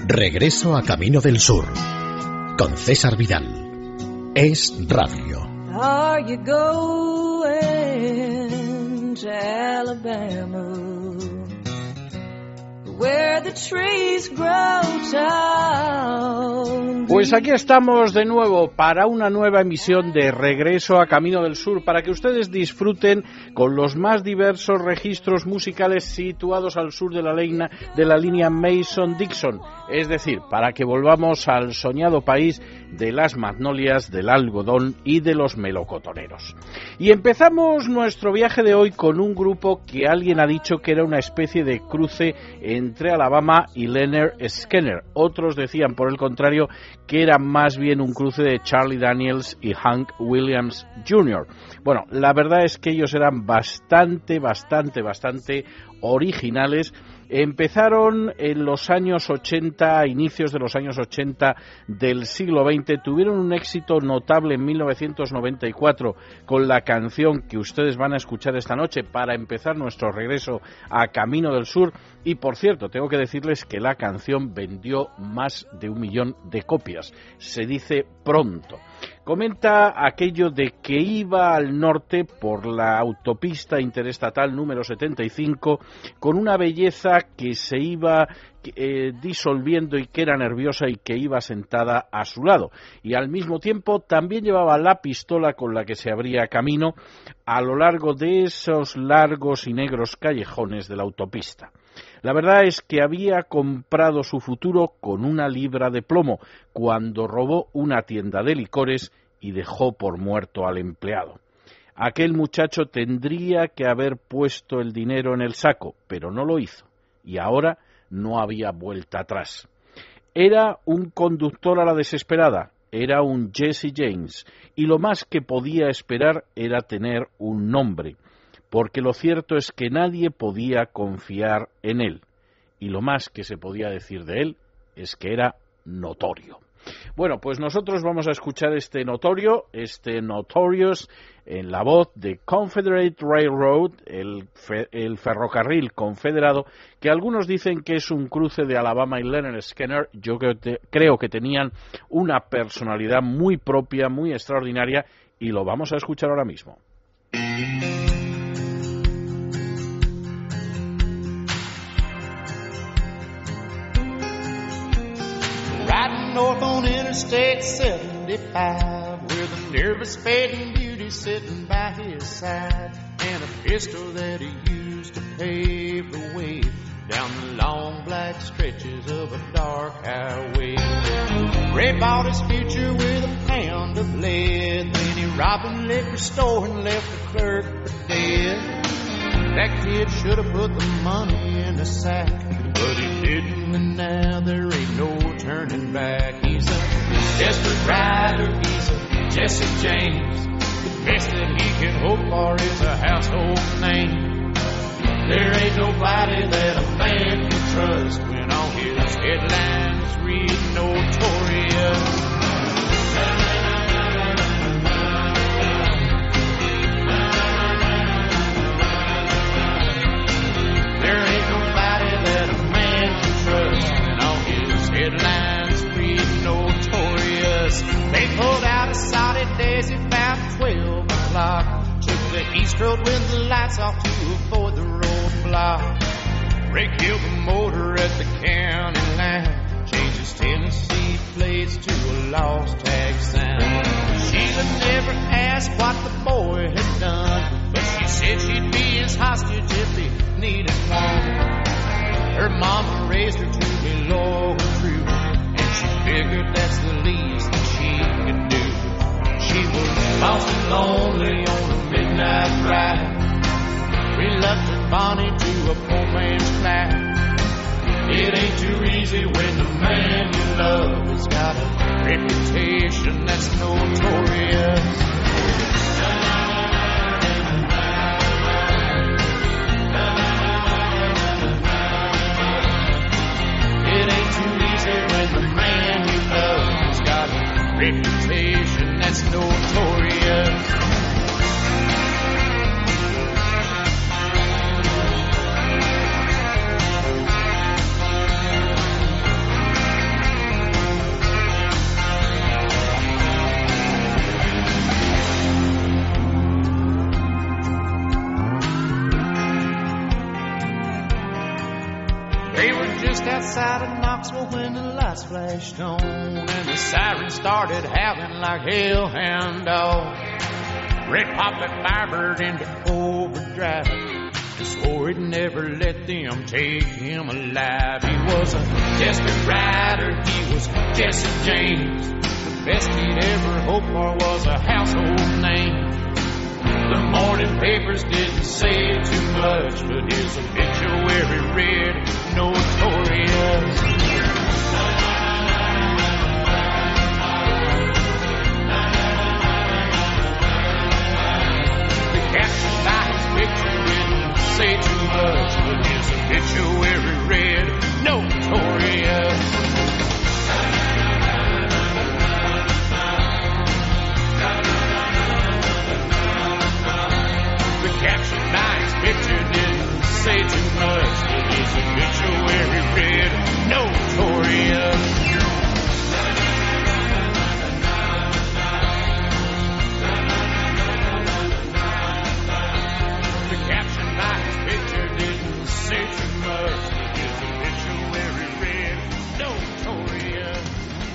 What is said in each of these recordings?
Regreso a Camino del Sur con César Vidal. Es Radio. Are you going to Alabama, where the trees grow tall? Pues aquí estamos de nuevo para una nueva emisión de Regreso a Camino del Sur, para que ustedes disfruten con los más diversos registros musicales situados al sur de la línea Mason-Dixon, es decir, para que volvamos al soñado país de las magnolias, del algodón y de los melocotoneros. Y empezamos nuestro viaje de hoy con un grupo que alguien ha dicho que era una especie de cruce entre Alabama y Lynyrd Skynyrd. Otros decían, por el contrario, que era más bien un cruce de Charlie Daniels y Hank Williams Jr. Bueno, la verdad es que ellos eran bastante originales. Empezaron en los años 80, inicios de los años 80 del siglo XX, tuvieron un éxito notable en 1994 con la canción que ustedes van a escuchar esta noche para empezar nuestro regreso a Camino del Sur. Y por cierto, tengo que decirles que la canción vendió más de 1 millón de copias. Se dice pronto. Comenta aquello de que iba al norte por la autopista interestatal número 75 con una belleza que se iba disolviendo y que era nerviosa y que iba sentada a su lado. Y al mismo tiempo también llevaba la pistola con la que se abría camino a lo largo de esos largos y negros callejones de la autopista. La verdad es que había comprado su futuro con 1 libra de plomo cuando robó una tienda de licores y dejó por muerto al empleado. Aquel muchacho tendría que haber puesto el dinero en el saco, pero no lo hizo, y ahora no había vuelta atrás. Era un conductor a la desesperada, era un Jesse James, y lo más que podía esperar era tener un nombre, porque lo cierto es que nadie podía confiar en él, y lo más que se podía decir de él es que era notorio. Bueno, pues nosotros vamos a escuchar este Notorious, en la voz de Confederate Railroad, el ferrocarril confederado, que algunos dicen que es un cruce de Alabama y Lynyrd Skynyrd. Yo creo que tenían una personalidad muy propia, muy extraordinaria, y lo vamos a escuchar ahora mismo. North on Interstate 75, with a nervous fading beauty sitting by his side, and a pistol that he used to pave the way down the long black stretches of a dark highway. Ray bought his future with a pound of lead, then he robbed a liquor store and left the clerk for dead. That kid should have put the money in a sack, but he didn't, and now there ain't no turning back. He's a desperate rider, he's a Jesse James. The best that he can hope for is a household name. There ain't nobody that a man can trust when on his headlines read Notorious. Headlines read Notorious. They pulled out a solid daisy about 12 o'clock. Took the east road with the lights off to avoid the roadblock. Ray killed the motor at the county line. Changed his Tennessee plates to a lost tag sign. Sheila never asked what the boy had done, but she said she'd be his hostage if he needed one. Her mama raised her to be loyal and true, and she figured that's the least that she could do. She was lost and lonely on a midnight ride, reluctant Bonnie to a poor man's Clyde. It ain't too easy when the man you love has got a reputation that's notorious. When the man you love has got a reputation that's notorious. They were just outside of Knoxville when the lights flashed on, and the sirens started howling like hellhound dogs. Red popped that Firebird into overdrive. He swore he'd never let them take him alive. He was a desperate rider, he was Jesse James. The best he'd ever hoped for was a household name. The morning papers didn't say too much, but his obituary read notorious. The caption by his picture didn't say too much, but his obituary read notorious. Caption nice picture didn't say too much, but his obituary read notorious. The caption nice picture didn't say too much, but his obituary read notorious.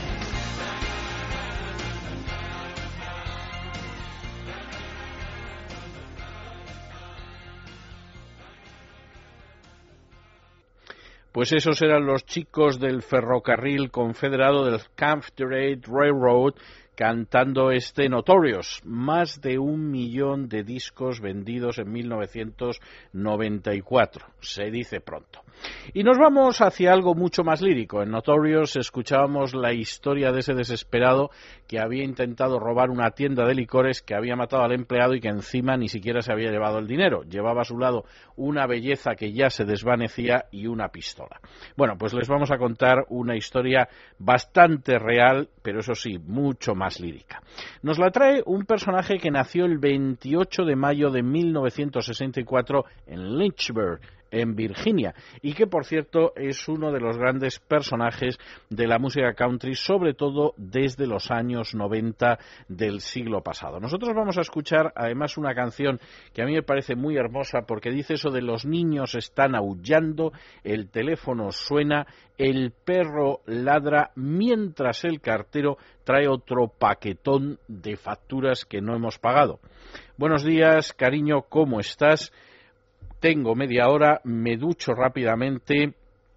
Pues esos eran los chicos del ferrocarril confederado del Confederate Railroad cantando este Notorious. Más de 1 millón de discos vendidos en 1994. Se dice pronto. Y nos vamos hacia algo mucho más lírico. En Notorious escuchábamos la historia de ese desesperado que había intentado robar una tienda de licores, que había matado al empleado y que encima ni siquiera se había llevado el dinero. Llevaba a su lado una belleza que ya se desvanecía y una pistola. Bueno, pues les vamos a contar una historia bastante real, pero eso sí, mucho más lírica. Nos la trae un personaje que nació el 28 de mayo de 1964 en Lynchburg, en Virginia, y que por cierto es uno de los grandes personajes de la música country, sobre todo desde los años 90 del siglo pasado. Nosotros vamos a escuchar además una canción que a mí me parece muy hermosa, porque dice eso de los niños están aullando, el teléfono suena, el perro ladra, mientras el cartero trae otro paquetón de facturas que no hemos pagado. Buenos días, cariño, ¿cómo estás? Tengo media hora, me ducho rápidamente,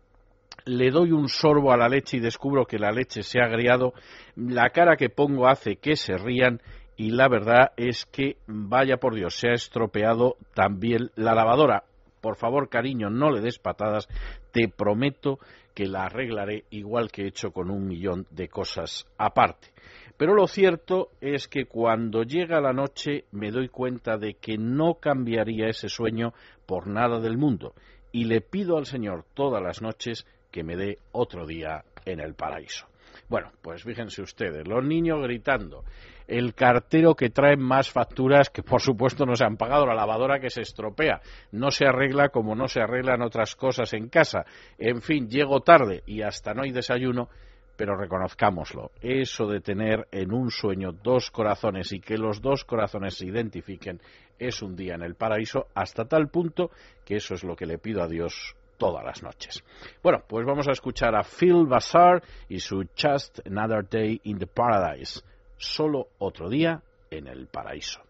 le doy un sorbo a la leche y descubro que la leche se ha agriado, la cara que pongo hace que se rían y la verdad es que, vaya por Dios, se ha estropeado también la lavadora. Por favor, cariño, no le des patadas, te prometo que la arreglaré igual que he hecho con 1 millón de cosas aparte. Pero lo cierto es que cuando llega la noche me doy cuenta de que no cambiaría ese sueño por nada del mundo y le pido al Señor todas las noches que me dé otro día en el paraíso. Bueno, pues fíjense ustedes, los niños gritando, el cartero que trae más facturas que por supuesto no se han pagado, la lavadora que se estropea, no se arregla como no se arreglan otras cosas en casa, en fin, llego tarde y hasta no hay desayuno. Pero reconozcámoslo, eso de tener en un sueño 2 corazones y que los 2 corazones se identifiquen es un día en el paraíso, hasta tal punto que eso es lo que le pido a Dios todas las noches. Bueno, pues vamos a escuchar a Phil Vassar y su Just Another Day in the Paradise, solo otro día en el paraíso.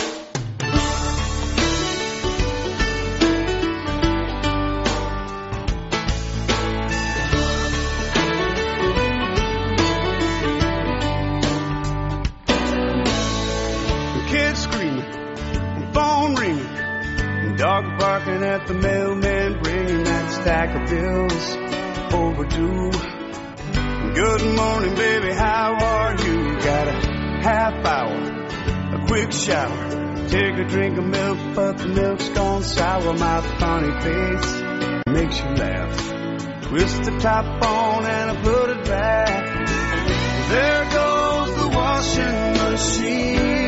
Dog barking at the mailman, bringing that stack of bills overdue. Good morning, baby, how are you? Got a half hour, a quick shower, take a drink of milk, but the milk's gone sour. My funny face makes you laugh. Twist the top on and I put it back. There goes the washing machine.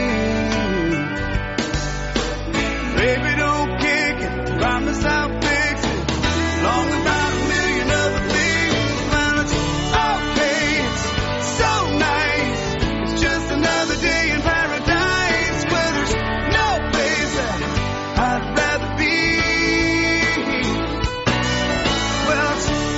Baby, don't kick it, promise I'll fix it. Long about 1 million other things, man, it's okay, it's so nice. It's just another day in paradise, where there's no place that I'd rather be. Well, it's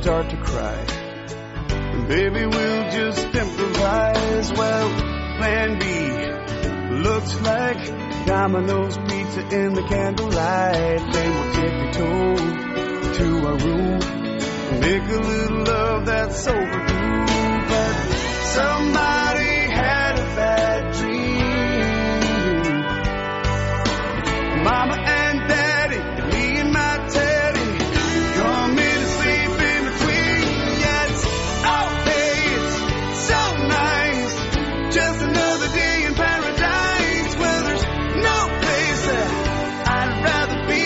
start to cry. And baby, we'll just improvise. Well, plan B looks like Domino's pizza in the candlelight. Then we'll take you to our room, make a little love that's overdue. But somebody had a bad dream. Mama and Daddy, me and my Teddy, come in and sleep in between. Yeah, it's okay, it's so nice. Just another day in paradise where there's no place that I'd rather be.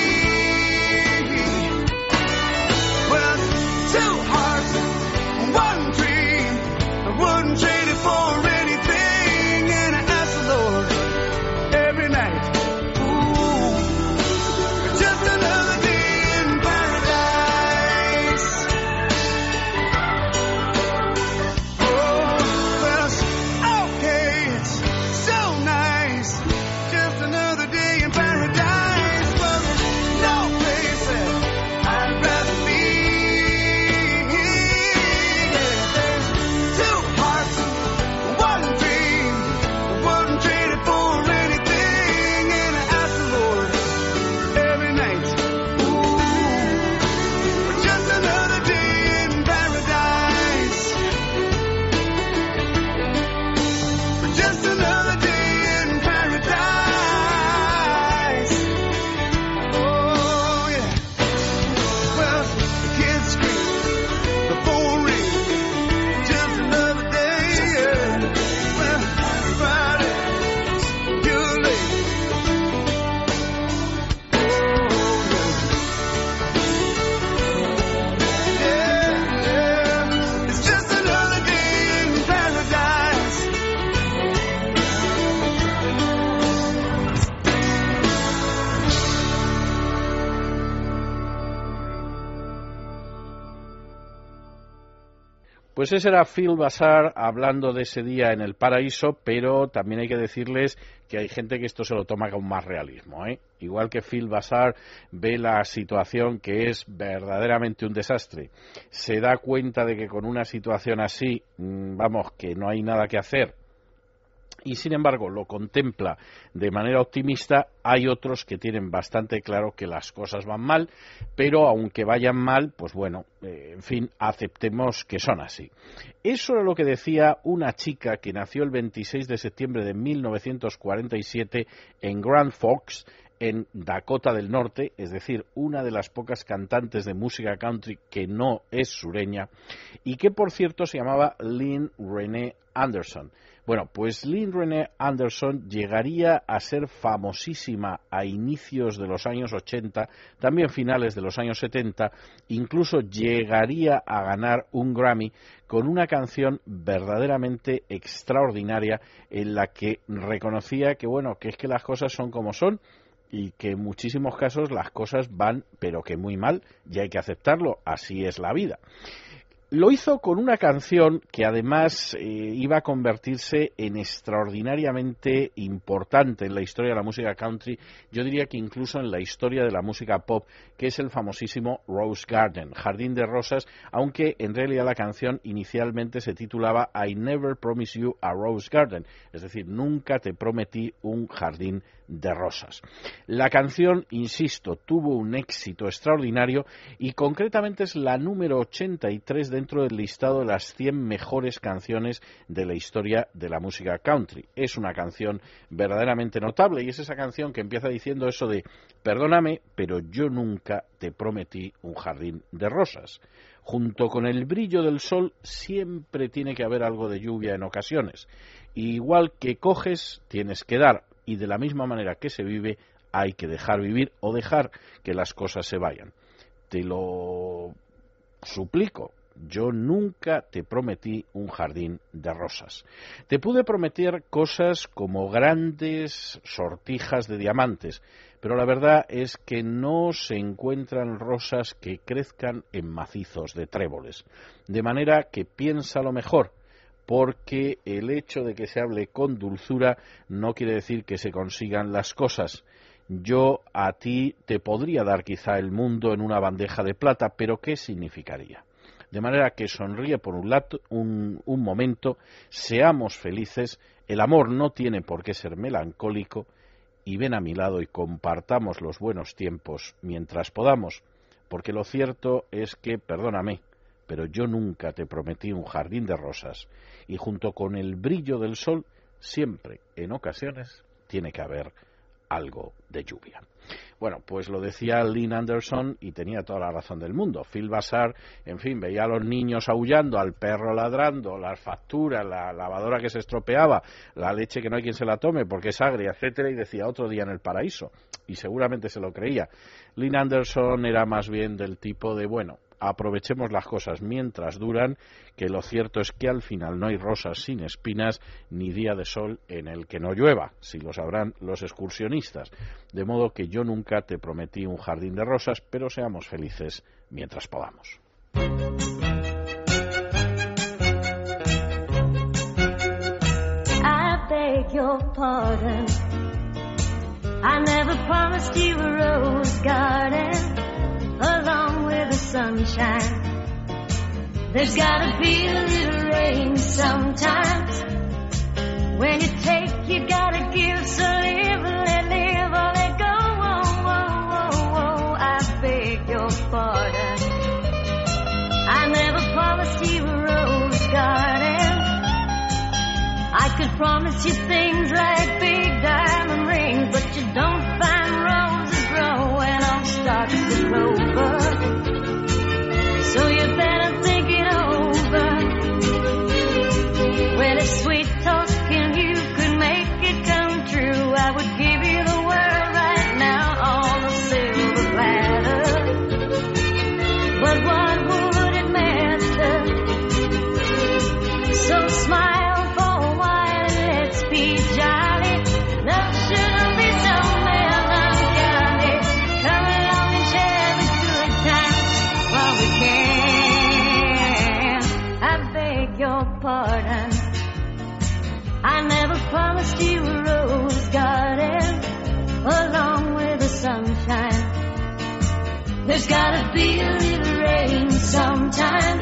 Well, two hearts, one dream, I wouldn't trade it for anything. And I ask the Lord every night, ooh, just another day in paradise. Oh, well, it's okay, it's so nice. Just another day in paradise. Well, there's no place that I'd rather be. There's two hearts, one dream, wouldn't trade it for anything. And I ask the Lord every night, ooh, just another day in paradise. Just another day in paradise. Oh yeah. Well, the kids scream, the phone rings. Just another day. Yeah. Well, Friday, you're late. Yeah, yeah. It's just another day in paradise. Pues ese era Phil Vassar hablando de ese día en el paraíso, pero también hay que decirles que hay gente que esto se lo toma con más realismo, ¿eh? Igual que Phil Vassar ve la situación que es verdaderamente un desastre, se da cuenta de que con una situación así, vamos, que no hay nada que hacer, y sin embargo lo contempla de manera optimista. Hay otros que tienen bastante claro que las cosas van mal, pero aunque vayan mal, pues bueno, en fin, aceptemos que son así. Eso era lo que decía una chica que nació el 26 de septiembre de 1947 en Grand Forks, en Dakota del Norte, es decir, una de las pocas cantantes de música country que no es sureña, y que por cierto se llamaba Lynn Renee Anderson. Bueno, pues Lynn Renee Anderson llegaría a ser famosísima a inicios de los años 80, también finales de los años 70, incluso llegaría a ganar un Grammy con una canción verdaderamente extraordinaria en la que reconocía que, bueno, que es que las cosas son como son y que en muchísimos casos las cosas van, pero que muy mal, y hay que aceptarlo, así es la vida. Lo hizo con una canción que además iba a convertirse en extraordinariamente importante en la historia de la música country, yo diría que incluso en la historia de la música pop, que es el famosísimo Rose Garden, Jardín de Rosas, aunque en realidad la canción inicialmente se titulaba I Never Promised You a Rose Garden, es decir, nunca te prometí un jardín de rosas. La canción, insisto, tuvo un éxito extraordinario y concretamente es la número 83 dentro del listado de las 100 mejores canciones de la historia de la música country. Es una canción verdaderamente notable y es esa canción que empieza diciendo eso de perdóname, pero yo nunca te prometí un jardín de rosas. Junto con el brillo del sol siempre tiene que haber algo de lluvia en ocasiones. Igual que coges, tienes que dar. Y de la misma manera que se vive, hay que dejar vivir o dejar que las cosas se vayan. Te lo suplico, yo nunca te prometí un jardín de rosas. Te pude prometer cosas como grandes sortijas de diamantes, pero la verdad es que no se encuentran rosas que crezcan en macizos de tréboles. De manera que piénsalo mejor, porque el hecho de que se hable con dulzura no quiere decir que se consigan las cosas. Yo a ti te podría dar quizá el mundo en una bandeja de plata, pero ¿qué significaría? De manera que sonríe por un momento, seamos felices, el amor no tiene por qué ser melancólico, y ven a mi lado y compartamos los buenos tiempos mientras podamos, porque lo cierto es que, perdóname, pero yo nunca te prometí un jardín de rosas, y junto con el brillo del sol, siempre, en ocasiones, tiene que haber algo de lluvia. Bueno, pues lo decía Lynn Anderson y tenía toda la razón del mundo. Phil Vassar, en fin, veía a los niños aullando, al perro ladrando, las facturas, la lavadora que se estropeaba, la leche que no hay quien se la tome porque es agria, etcétera, y decía otro día en el paraíso. Y seguramente se lo creía. Lynn Anderson era más bien del tipo de, bueno, aprovechemos las cosas mientras duran, que lo cierto es que al final no hay rosas sin espinas ni día de sol en el que no llueva, si lo sabrán los excursionistas. De modo que yo nunca te prometí un jardín de rosas, pero seamos felices mientras podamos. I beg your pardon. I never promised you a rose garden along with the sunshine. There's gotta be a little rain sometimes. When you take, you gotta give, so live, let or let go. Whoa, whoa, whoa, whoa. I beg your pardon. I never promised you a rose garden. I could promise you things like big diamond rings, but you don't find roses growing on stalks of clover. So you better think it over. Well, if sweet talking you could make it come true, I would give you the world right now on a silver platter. But what would it matter? So smile for a while and let's be jolly. Love shouldn't be so melancholy. Come along and share the good times while we can. I beg your pardon. I never promised you a rose garden along with the sunshine. There's gotta be a little rain sometime.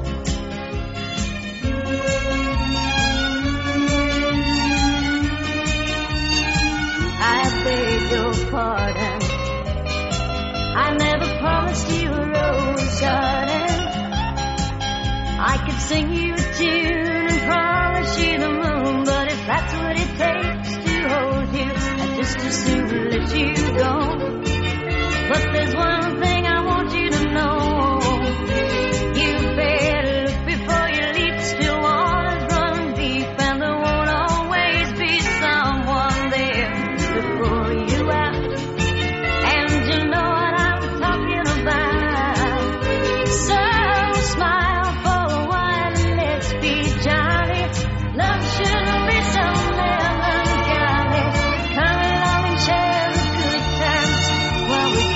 I beg your pardon. I never promised you a rose garden. I could sing you a tune and promise you the moon, but if that's what it takes to hold you, I'd just as soon let you go. But there's one thing I want you to know. You better look before you leap, still waters run deep, and there won't always be someone there to pull you out. And you know what I'm talking about. So smile for a while and let's be jolly. Love shouldn't be so melancholy. Come along and share the good times while we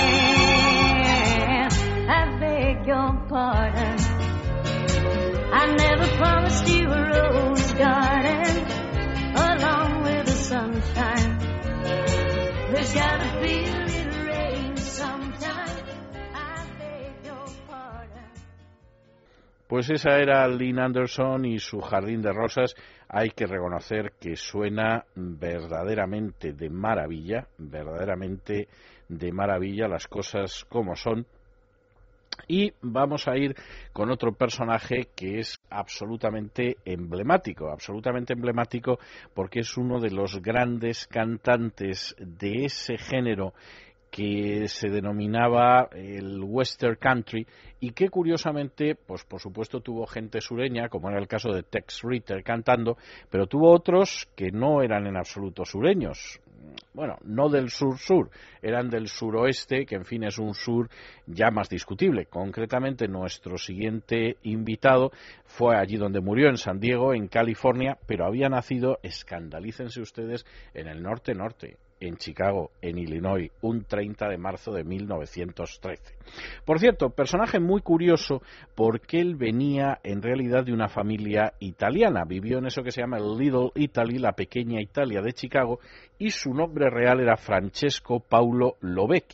can. I beg your pardon. I never promised you a rose garden along with the sunshine. There's gotta be a little rain sometime. I beg your pardon. Pues esa era Lynn Anderson y su jardín de rosas. Hay que reconocer que suena verdaderamente de maravilla, las cosas como son. Y vamos a ir con otro personaje que es absolutamente emblemático porque es uno de los grandes cantantes de ese género que se denominaba el Western Country y que curiosamente, pues por supuesto tuvo gente sureña, como era el caso de Tex Ritter cantando, pero tuvo otros que no eran en absoluto sureños. Bueno, no del sur-sur, eran del suroeste, que en fin es un sur ya más discutible. Concretamente, nuestro siguiente invitado fue allí donde murió, en San Diego, en California, pero había nacido, escandalícense ustedes, en el norte, en Chicago, en Illinois, un 30 de marzo de 1913. Por cierto, personaje muy curioso porque él venía en realidad de una familia italiana, vivió en eso que se llama el Little Italy, la pequeña Italia de Chicago, y su nombre real era Francesco Paulo Lovecchio.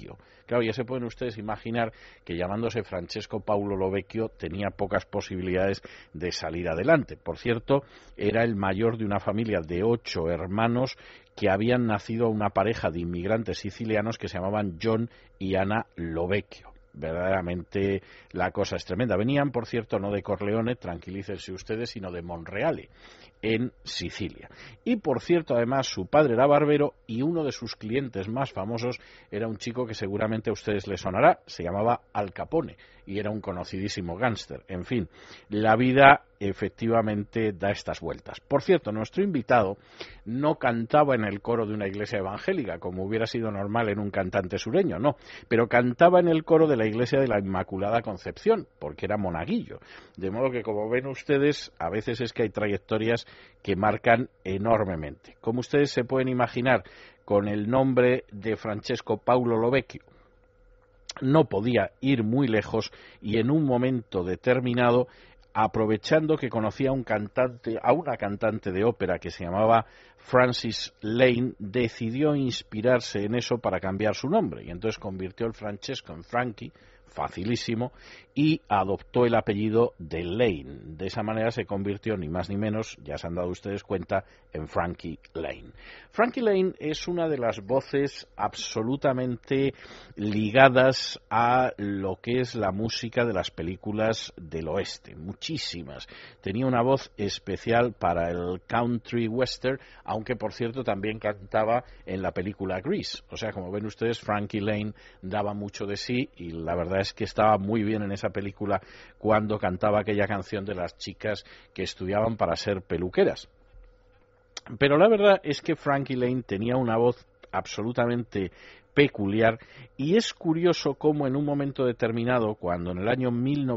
Claro, ya se pueden ustedes imaginar que llamándose Francesco Paulo Lo Vecchio tenía pocas posibilidades de salir adelante. Por cierto, era el mayor de una familia de 8 hermanos que habían nacido a una pareja de inmigrantes sicilianos que se llamaban John y Anna Lo Vecchio. Verdaderamente la cosa es tremenda. Venían, por cierto, no de Corleone, tranquilícense ustedes, sino de Monreale, en Sicilia. Y, por cierto, además, su padre era barbero y uno de sus clientes más famosos era un chico que seguramente a ustedes les sonará, se llamaba Al Capone y era un conocidísimo gángster. En fin, la vida efectivamente da estas vueltas. Por cierto, nuestro invitado no cantaba en el coro de una iglesia evangélica, como hubiera sido normal en un cantante sureño, no, pero cantaba en el coro de la iglesia de la Inmaculada Concepción, porque era monaguillo. De modo que, como ven ustedes, a veces es que hay trayectorias que marcan enormemente. Como ustedes se pueden imaginar, con el nombre de Francesco Paulo Lo Vecchio, no podía ir muy lejos y en un momento determinado, aprovechando que conocía a una cantante de ópera que se llamaba Frances Lane, decidió inspirarse en eso para cambiar su nombre y entonces convirtió el Francesco en Frankie, facilísimo, y adoptó el apellido de Lane. De esa manera se convirtió, ni más ni menos, ya se han dado ustedes cuenta, en Frankie Lane. Frankie Lane es una de las voces absolutamente ligadas a lo que es la música de las películas del oeste, muchísimas. Tenía una voz especial para el country western, aunque por cierto también cantaba en la película Grease. O sea, como ven ustedes, Frankie Lane daba mucho de sí y la verdad es que estaba muy bien en esa película cuando cantaba aquella canción de las chicas que estudiaban para ser peluqueras. Pero la verdad es que Frankie Lane tenía una voz absolutamente peculiar y es curioso cómo en un momento determinado, cuando en el año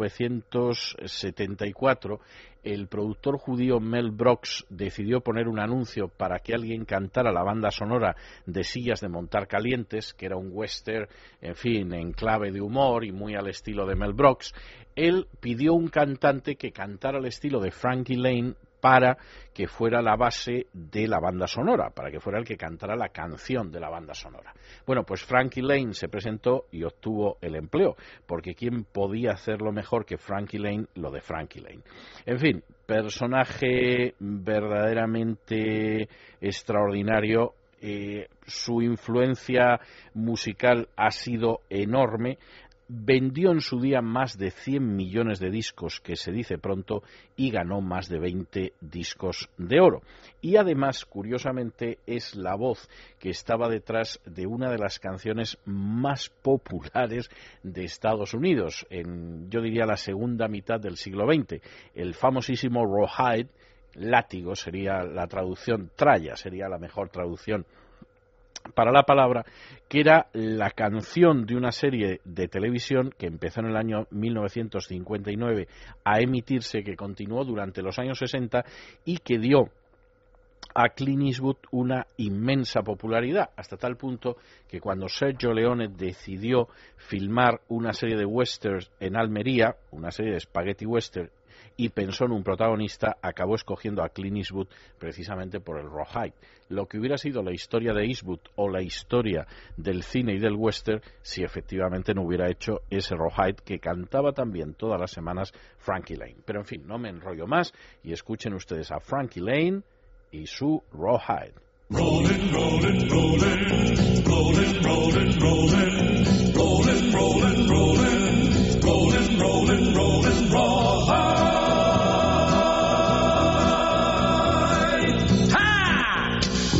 1974 el productor judío Mel Brooks decidió poner un anuncio para que alguien cantara la banda sonora de Sillas de Montar Calientes, que era un western, en fin, en clave de humor y muy al estilo de Mel Brooks, él pidió un cantante que cantara al estilo de Frankie Lane para que fuera la base de la banda sonora, para que fuera el que cantara la canción de la banda sonora. Bueno, pues Frankie Lane se presentó y obtuvo el empleo, porque ¿quién podía hacerlo mejor que Frankie Lane lo de Frankie Lane? En fin, personaje verdaderamente extraordinario. Su influencia musical ha sido enorme. Vendió en su día más de 100 millones de discos, que se dice pronto, y ganó más de 20 discos de oro. Y además, curiosamente, es la voz que estaba detrás de una de las canciones más populares de Estados Unidos, en, yo diría, la segunda mitad del siglo XX. El famosísimo Rawhide, látigo sería la traducción, tralla sería la mejor traducción para la palabra, que era la canción de una serie de televisión que empezó en el año 1959 a emitirse, que continuó durante los años 60 y que dio a Clint Eastwood una inmensa popularidad, hasta tal punto que cuando Sergio Leone decidió filmar una serie de westerns en Almería, una serie de spaghetti western, y pensó en un protagonista, acabó escogiendo a Clint Eastwood precisamente por el Rawhide. Lo que hubiera sido la historia de Eastwood o la historia del cine y del western si efectivamente no hubiera hecho ese Rawhide que cantaba también todas las semanas Frankie Lane. Pero en fin, no me enrollo más y escuchen ustedes a Frankie Lane y su Rawhide. Rollin', rollin', rollin', rollin', rollin', rollin', rollin', rollin', rollin', rollin', rollin', rollin', rawhide. Ha!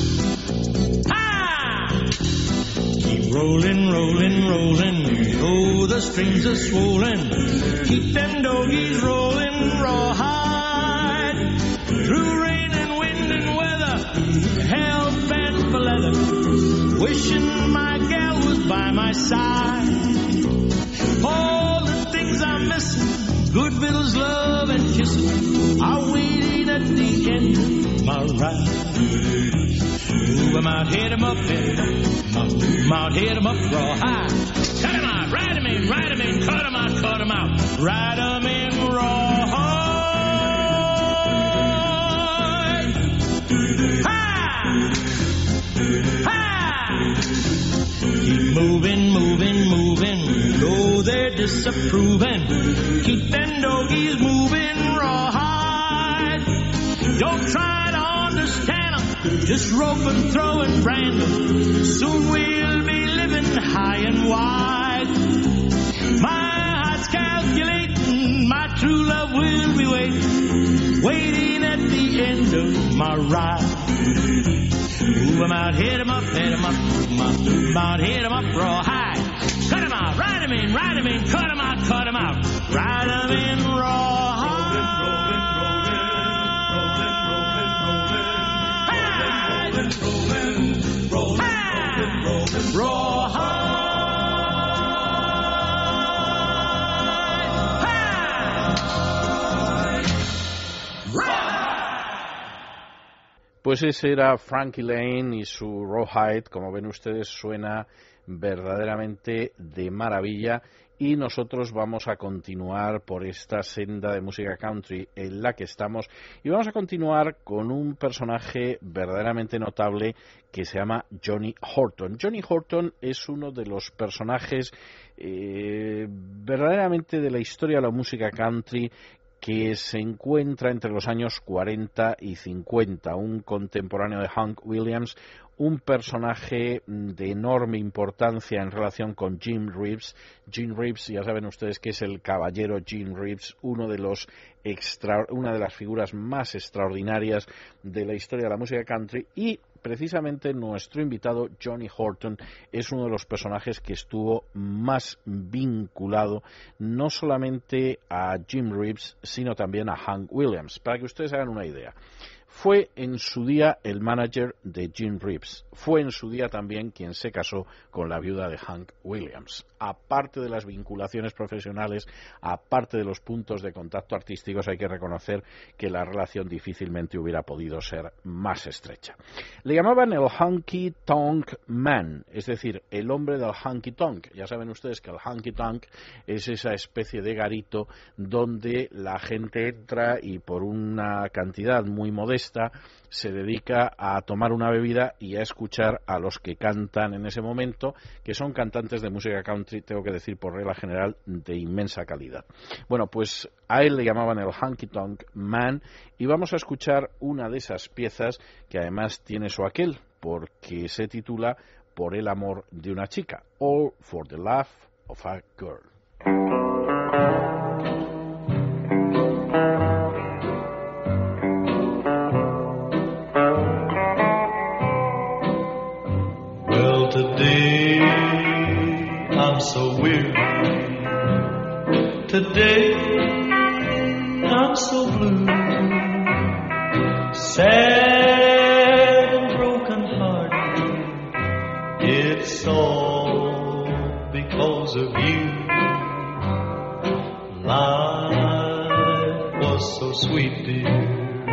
Ha! Keep rollin', rollin', rollin', oh, the strings are swollen. Keep them doggies rollin', rawhide. Through rain and wind and weather, hell bent for leather, wishing my gal was by my side. All the things I'm missing, good vittles, love and kissing, are waiting at the end of my ride. Move 'em out, hit 'em up, hit 'em up, move 'em out, hit 'em up, rawhide. Cut 'em out, ride 'em in, cut 'em out, ride 'em in, rawhide. Ha! Keep moving, moving, moving. improving. Keep them doggies moving rawhide. Don't try to understand them, just rope and throw and brand them. Soon we'll be living high and wide. My heart's calculating, my true love will be waiting at the end of my ride. Move 'em out, hit 'em up, hit 'em up, move 'em out, hit 'em up, rawhide. Cut 'em out, ride 'em in, cut 'em out, ride 'em in, rawhide. Pues ese era Frankie Lane y su Rawhide. Como ven ustedes, suena verdaderamente de maravilla. Y nosotros vamos a continuar por esta senda de música country en la que estamos. Y vamos a continuar con un personaje verdaderamente notable que se llama Johnny Horton. Johnny Horton es uno de los personajes verdaderamente de la historia de la música country que se encuentra entre los años 40 y 50, un contemporáneo de Hank Williams, un personaje de enorme importancia en relación con Jim Reeves. Jim Reeves, ya saben ustedes que es el caballero Jim Reeves, una de las figuras más extraordinarias de la historia de la música country, y precisamente nuestro invitado Johnny Horton es uno de los personajes que estuvo más vinculado no solamente a Jim Reeves, sino también a Hank Williams. Para que ustedes hagan una idea, fue en su día el manager de Jim Reeves, fue en su día también quien se casó con la viuda de Hank Williams. Aparte de las vinculaciones profesionales, aparte de los puntos de contacto artísticos, hay que reconocer que la relación difícilmente hubiera podido ser más estrecha. Le llamaban el Honky Tonk Man, es decir, el hombre del honky tonk. Ya saben ustedes que el honky tonk es esa especie de garito donde la gente entra y por una cantidad muy modesta se dedica a tomar una bebida y a escuchar a los que cantan en ese momento, que son cantantes de música country, tengo que decir por regla general, de inmensa calidad. Bueno, pues a él le llamaban el Honky Tonk Man, y vamos a escuchar una de esas piezas que además tiene su aquel, porque se titula Por el amor de una chica, All for the Love of a Girl. Today I'm so weary. Today I'm so blue. Sad and broken hearted. It's all because of you. Life was so sweet, dear.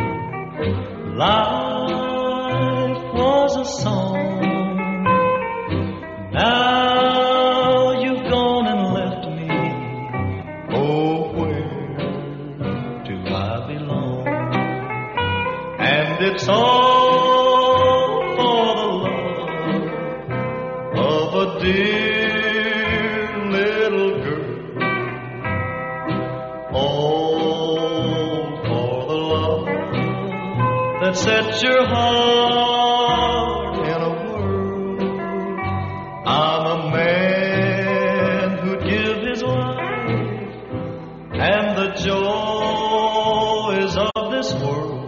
Life was a song. Now you've gone and left me. Oh, where do I belong? And it's all for the love of a dear little girl. All for the love that sets your heart in a whirl. I'm a man who'd give his life and the joys of this world,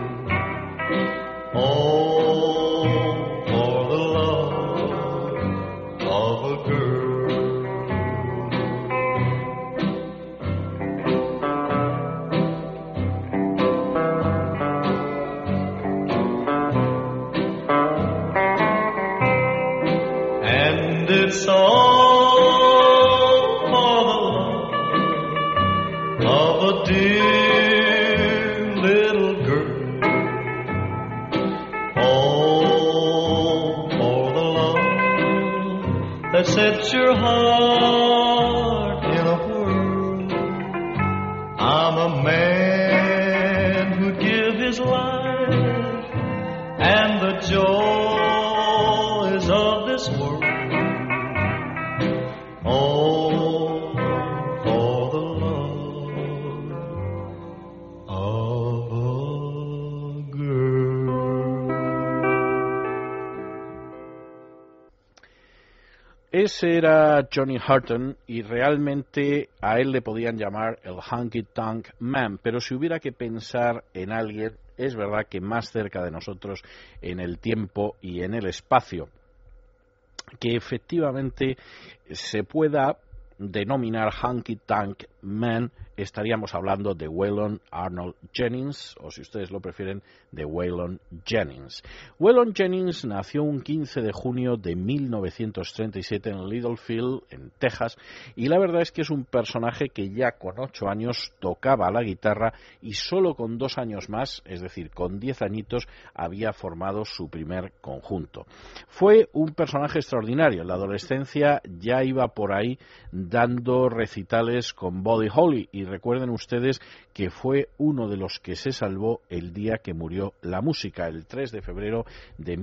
all for the love of a girl. And it's all for the love of a dear little girl. All for the love that sets your heart in a whirl. I'm a man who'd give his life and the joys of this world. All for Ese era Johnny Hutton y realmente a él le podían llamar el Honky Tonk Man, pero si hubiera que pensar en alguien, es verdad que más cerca de nosotros en el tiempo y en el espacio, que efectivamente se pueda denominar Honky Tonk Man, estaríamos hablando de Waylon Arnold Jennings, o si ustedes lo prefieren, de Waylon Jennings. Waylon Jennings nació un 15 de junio de 1937 en Littlefield, en Texas, y la verdad es que es un personaje que ya con 8 años tocaba la guitarra y solo con 2 años más, es decir, con 10 añitos, había formado su primer conjunto. Fue un personaje extraordinario. En la adolescencia ya iba por ahí dando recitales con Buddy Holly, y recuerden ustedes que fue uno de los que se salvó el día que murió la música, el 3 de febrero de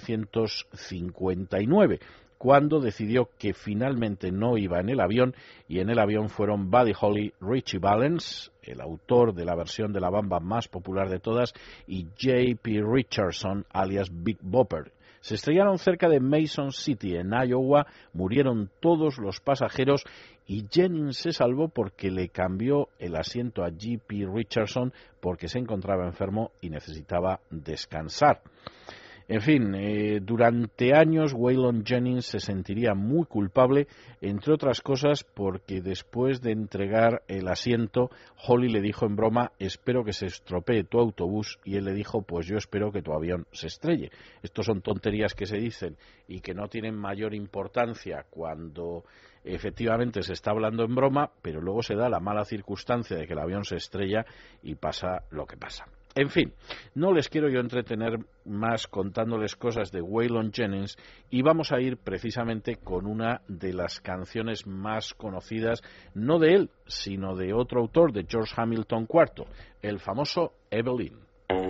1959, cuando decidió que finalmente no iba en el avión, y en el avión fueron Buddy Holly, Richie Valens, el autor de la versión de la bamba más popular de todas, y J.P. Richardson, alias Big Bopper. Se estrellaron cerca de Mason City, en Iowa, murieron todos los pasajeros y Jennings se salvó porque le cambió el asiento a J.P. Richardson porque se encontraba enfermo y necesitaba descansar. En fin, durante años Waylon Jennings se sentiría muy culpable, entre otras cosas porque después de entregar el asiento, Holly le dijo en broma: espero que se estropee tu autobús, y él le dijo: pues yo espero que tu avión se estrelle. Estos son tonterías que se dicen y que no tienen mayor importancia cuando efectivamente se está hablando en broma, pero luego se da la mala circunstancia de que el avión se estrella y pasa lo que pasa. En fin, no les quiero yo entretener más contándoles cosas de Waylon Jennings, y vamos a ir precisamente con una de las canciones más conocidas, no de él, sino de otro autor, de George Hamilton IV, el famoso Evelyn.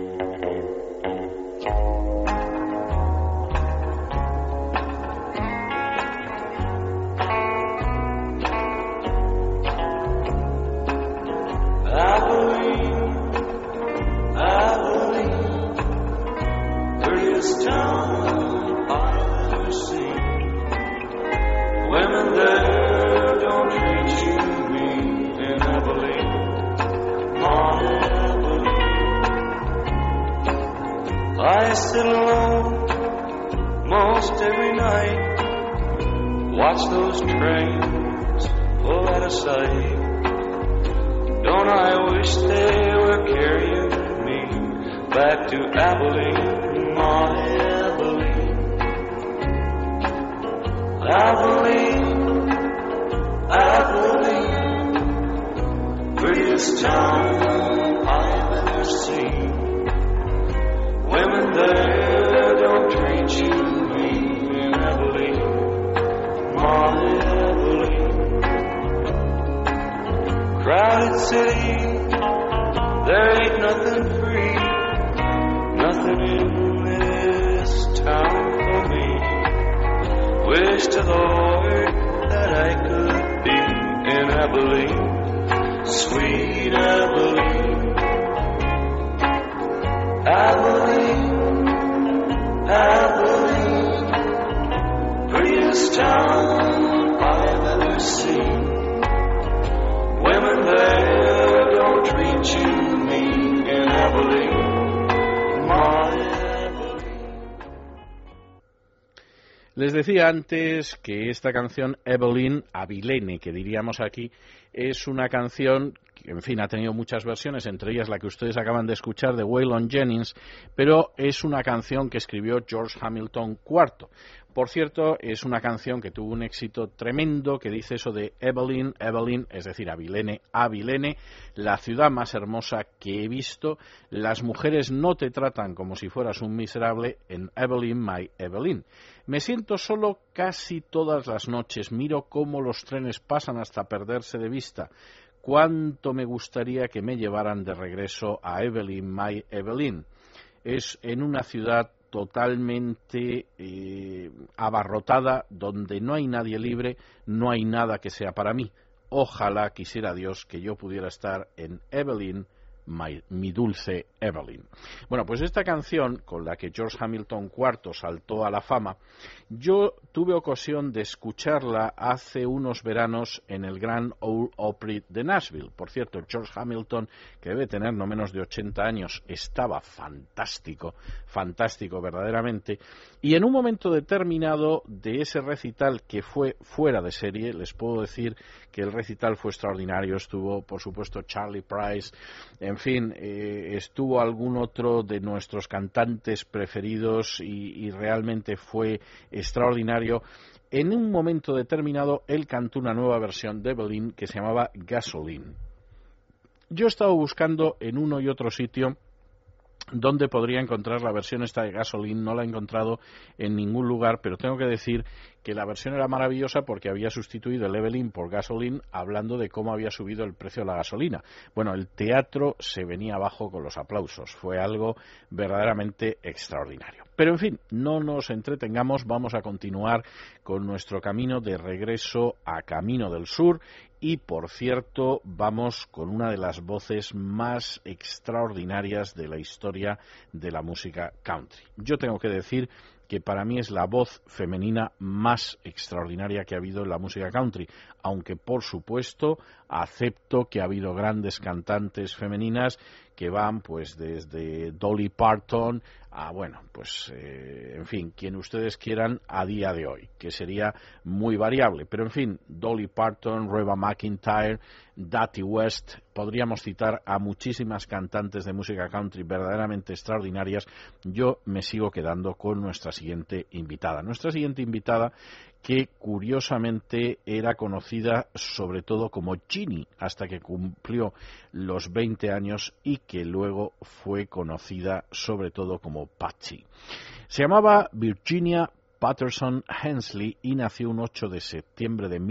I sit alone most every night, watch those trains pull out of sight. Don't I wish they were carrying me back to Abilene, my Abilene. Abilene, Abilene, prettiest town I've ever seen. Women there don't treat you mean in Abilene, my Abilene. Crowded city, there ain't nothing free, nothing in this town for me. Wish to the Lord that I could be in Abilene, sweet Abilene. Abilene, Abilene, prettiest town I've ever seen. Women there don't treat you mean in Abilene, my Abilene. Les decía antes que esta canción Evelyn, Abilene, que diríamos aquí, es una canción que, en fin, ha tenido muchas versiones, entre ellas la que ustedes acaban de escuchar de Waylon Jennings, pero es una canción que escribió George Hamilton IV. Por cierto, es una canción que tuvo un éxito tremendo, que dice eso de Evelyn, Evelyn, es decir, Abilene, Abilene, la ciudad más hermosa que he visto. Las mujeres no te tratan como si fueras un miserable en Evelyn, my Evelyn. Me siento solo casi todas las noches, miro cómo los trenes pasan hasta perderse de vista. Cuánto me gustaría que me llevaran de regreso a Evelyn, my Evelyn. Es en una ciudad totalmente abarrotada, donde no hay nadie libre, no hay nada que sea para mí. Ojalá quisiera Dios que yo pudiera estar en Evelyn, Mi dulce Evelyn. Bueno, pues esta canción, con la que George Hamilton IV saltó a la fama, yo tuve ocasión de escucharla hace unos veranos en el Grand Ole Opry de Nashville. Por cierto, George Hamilton, que debe tener no menos de 80 años, estaba fantástico, fantástico verdaderamente. Y en un momento determinado de ese recital, que fue fuera de serie, les puedo decir que el recital fue extraordinario. Estuvo, por supuesto, Charlie Price, en fin, estuvo algún otro de nuestros cantantes preferidos y realmente fue extraordinario. En un momento determinado, él cantó una nueva versión de Evelyn que se llamaba Gasoline. Yo he estado buscando en uno y otro sitio dónde podría encontrar la versión esta de Gasoline. No la he encontrado en ningún lugar, pero tengo que decir que la versión era maravillosa porque había sustituido el Evelyn por Gasoline, hablando de cómo había subido el precio de la gasolina. Bueno, el teatro se venía abajo con los aplausos. Fue algo verdaderamente extraordinario. Pero en fin, no nos entretengamos, vamos a continuar con nuestro camino de regreso a Camino del Sur. Y, por cierto, vamos con una de las voces más extraordinarias de la historia de la música country. Yo tengo que decir que para mí es la voz femenina más extraordinaria que ha habido en la música country, aunque, por supuesto, acepto que ha habido grandes cantantes femeninas que van pues desde Dolly Parton a, bueno, pues en fin, quien ustedes quieran a día de hoy, que sería muy variable, pero en fin, Dolly Parton, Reba McEntire, Dottie West, podríamos citar a muchísimas cantantes de música country verdaderamente extraordinarias. Yo me sigo quedando con nuestra siguiente invitada. Nuestra siguiente invitada, que curiosamente era conocida sobre todo como Ginny hasta que cumplió los 20 años y que luego fue conocida sobre todo como Patsy. Se llamaba Virginia Patterson Hensley y nació un 8 de septiembre de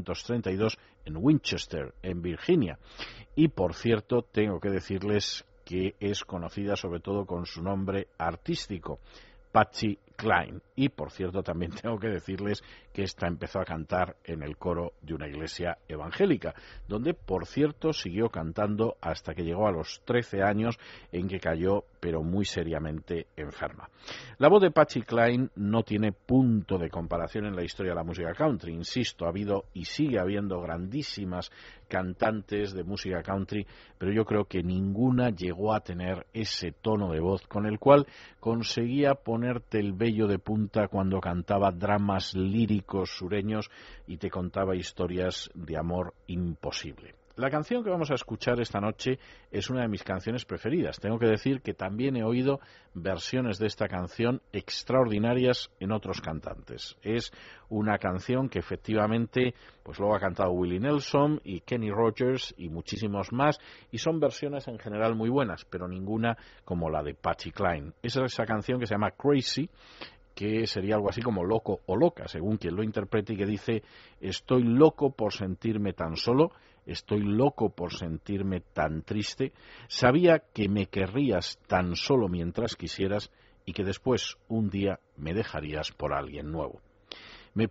1932 en Winchester, en Virginia. Y por cierto, tengo que decirles que es conocida sobre todo con su nombre artístico, Patsy Cline. Y por cierto, también tengo que decirles que esta empezó a cantar en el coro de una iglesia evangélica, donde por cierto siguió cantando hasta que llegó a los 13 años, en que cayó pero muy seriamente enferma. La voz de Patsy Cline no tiene punto de comparación en la historia de la música country. Insisto, ha habido y sigue habiendo grandísimas cantantes de música country, pero yo creo que ninguna llegó a tener ese tono de voz con el cual conseguía ponerte el vello de punta cuando cantaba dramas líricos sureños y te contaba historias de amor imposible. La canción que vamos a escuchar esta noche es una de mis canciones preferidas. Tengo que decir que también he oído versiones de esta canción extraordinarias en otros cantantes. Es una canción que efectivamente pues luego ha cantado Willie Nelson y Kenny Rogers y muchísimos más, y son versiones en general muy buenas, pero ninguna como la de Patsy Cline. Esa es esa canción que se llama Crazy, que sería algo así como loco o loca, según quien lo interprete, y que dice: estoy loco por sentirme tan solo, estoy loco por sentirme tan triste, sabía que me querrías tan solo mientras quisieras y que después un día me dejarías por alguien nuevo. Me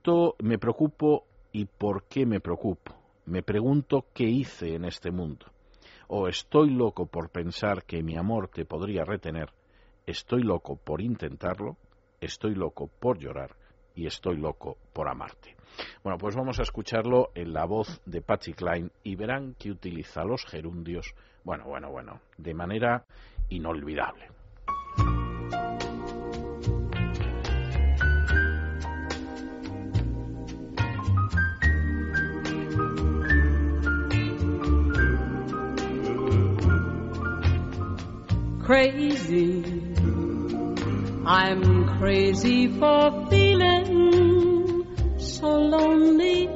preocupo, ¿y por qué me preocupo? Me pregunto qué hice en este mundo. O estoy loco por pensar que mi amor te podría retener, estoy loco por intentarlo, estoy loco por llorar y estoy loco por amarte. Bueno, pues vamos a escucharlo en la voz de Patsy Cline y verán que utiliza los gerundios, bueno, de manera inolvidable. Crazy, I'm crazy for feeling so lonely.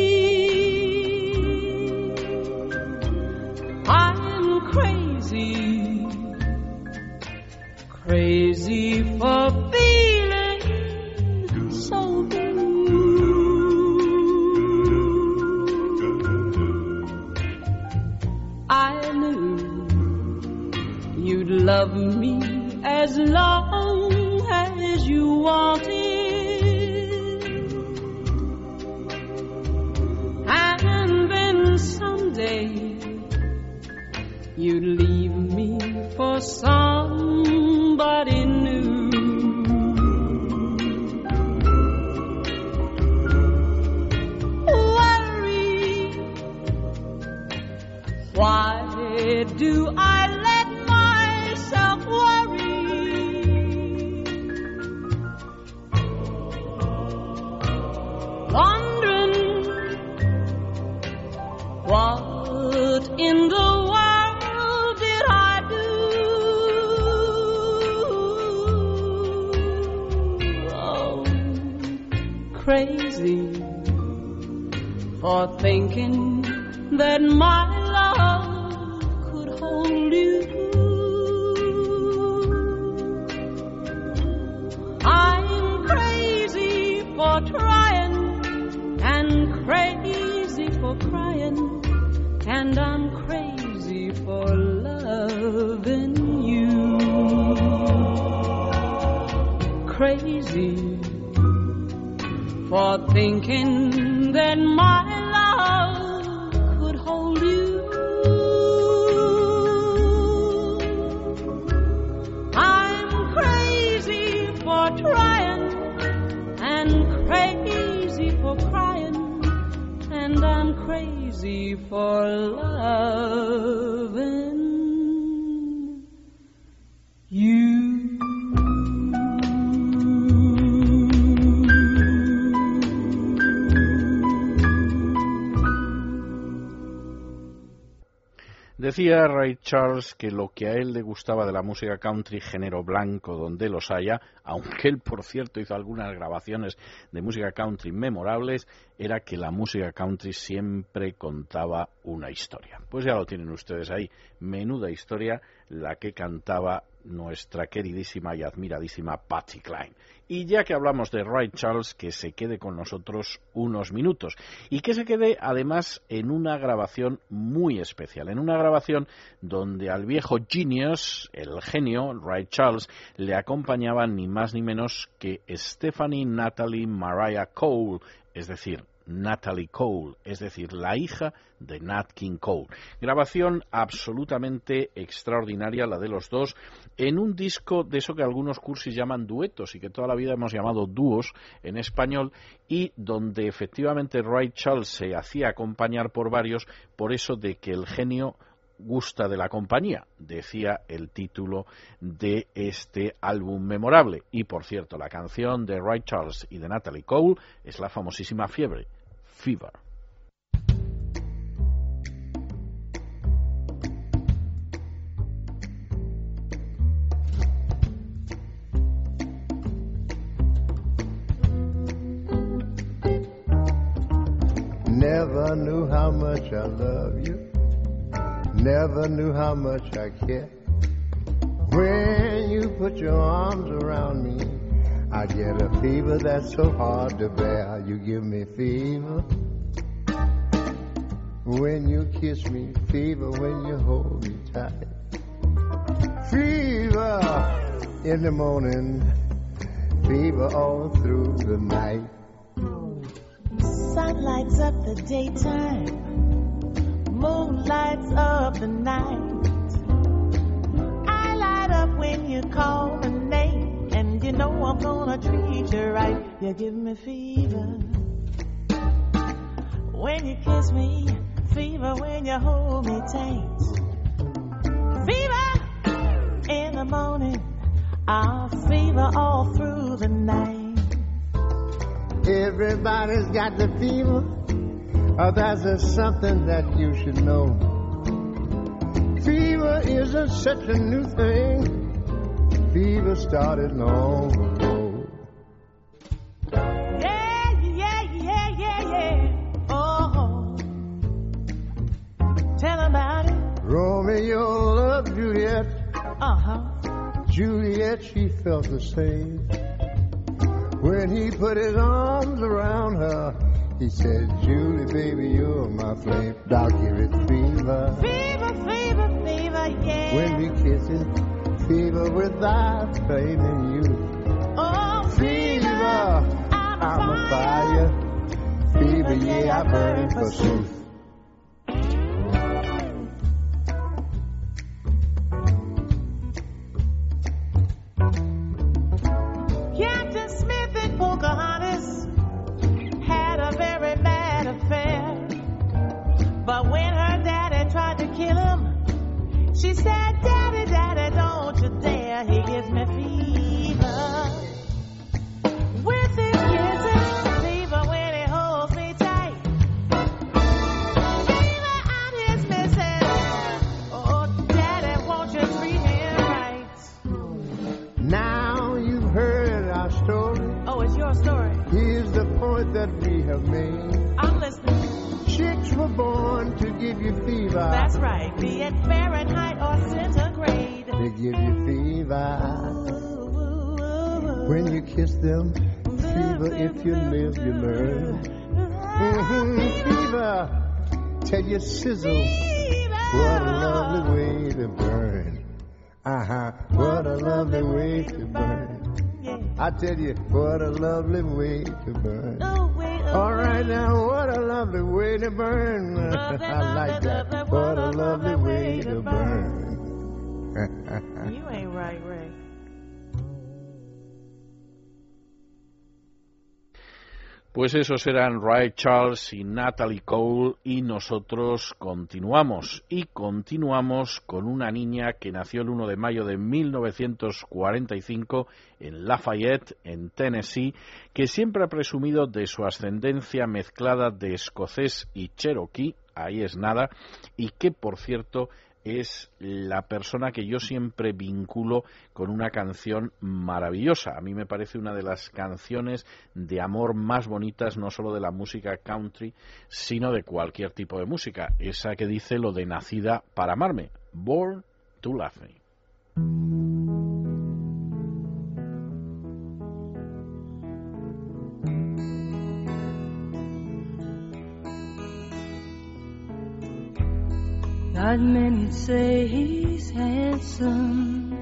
I'm crazy, crazy for feeling so blue. I knew you'd love me as long as you wanted, and then someday you'd leave me for somebody new. Worry, why do I let myself worry? Wondering what in the world did I do? Oh, crazy for thinking that my love could hold you. I'm crazy for trying and crazy for crying, and I'm crazy for loving you. Crazy for thinking that my love could hold you. I'm crazy for trying and crazy for crying, and I'm crazy for loving you. Decía Ray Charles que lo que a él le gustaba de la música country, género blanco donde los haya, aunque él, por cierto, hizo algunas grabaciones de música country memorables, era que la música country siempre contaba una historia. Pues ya lo tienen ustedes ahí, menuda historia la que cantaba nuestra queridísima y admiradísima Patsy Cline. Y ya que hablamos de Ray Charles, que se quede con nosotros unos minutos y que se quede además en una grabación muy especial, en una grabación donde al viejo Genius, el genio Ray Charles, le acompañaba ni más ni menos que Stephanie Natalie Mariah Cole, es decir, Natalie Cole, es decir, la hija de Nat King Cole. Grabación absolutamente extraordinaria, la de los dos, en un disco de eso que algunos cursis llaman duetos y que toda la vida hemos llamado dúos en español, y donde efectivamente Ray Charles se hacía acompañar por varios, por eso de que el genio gusta de la compañía, decía el título de este álbum memorable. Y por cierto, la canción de Ray Charles y de Natalie Cole es la famosísima Fever. Never knew how much I love you. Never knew how much I care. When you put your arms around me, I get a fever that's so hard to bear. You give me fever when you kiss me, fever when you hold me tight. Fever in the morning, fever all through the night. Sun lights up the daytime, moon lights up the night. I light up when you call my name, and you know I'm gonna treat you right. You give me fever when you kiss me, fever when you hold me tight. Fever in the morning, I'll fever all through the night. Everybody's got the fever. Oh, that's just something that you should know. Fever isn't such a new thing. Fever started long ago. Yeah, yeah, yeah, yeah, yeah. Oh, tell about it. Romeo loved Juliet. Juliet, she felt the same. When he put his arms around her, he said, Julie, baby, you're my flame. I'll give it fever. Fever, fever, fever, yeah. When we kiss it, fever without blaming you. Oh, fever, I'm a fire. Fever, yeah, I burn forsooth. gives me fever. With his kisses, fever when he holds me tight. Fever at his missus. Oh, Daddy, won't you treat him right? Now you've heard our story. Oh, it's your story. Here's the point that we have made. I'm listening. Chicks were born to give you fever. That's right, be it Fahrenheit or centigrade. They give you fever. When you kiss them, fever. If you live, you learn. Fever, tell you sizzle. What a lovely way to burn. What a lovely way to burn. I tell you, what a lovely way to burn. All right now, what a lovely way to burn. I like that. What a lovely way to burn. You ain't right, Ray. Pues esos eran Ray Charles y Natalie Cole, y nosotros continuamos. Y continuamos con una niña que nació el 1 de mayo de 1945 en Lafayette, en Tennessee, que siempre ha presumido de su ascendencia mezclada de escocés y cherokee, ahí es nada, y que, por cierto, es la persona que yo siempre vinculo con una canción maravillosa. A mí me parece una de las canciones de amor más bonitas, no solo de la música country, sino de cualquier tipo de música. Esa que dice lo de nacida para amarme, Born to Love Me. Not many say he's handsome.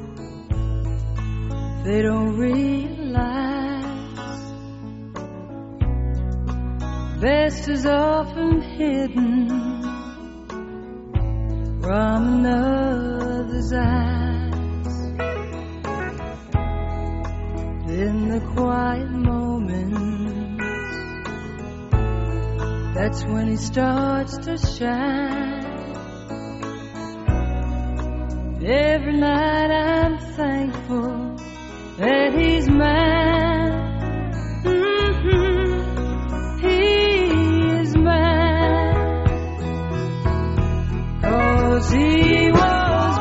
They don't realize best is often hidden from another's eyes. In the quiet moments, that's when he starts to shine. Every night I'm thankful that he's mine. He is mine. 'Cause he was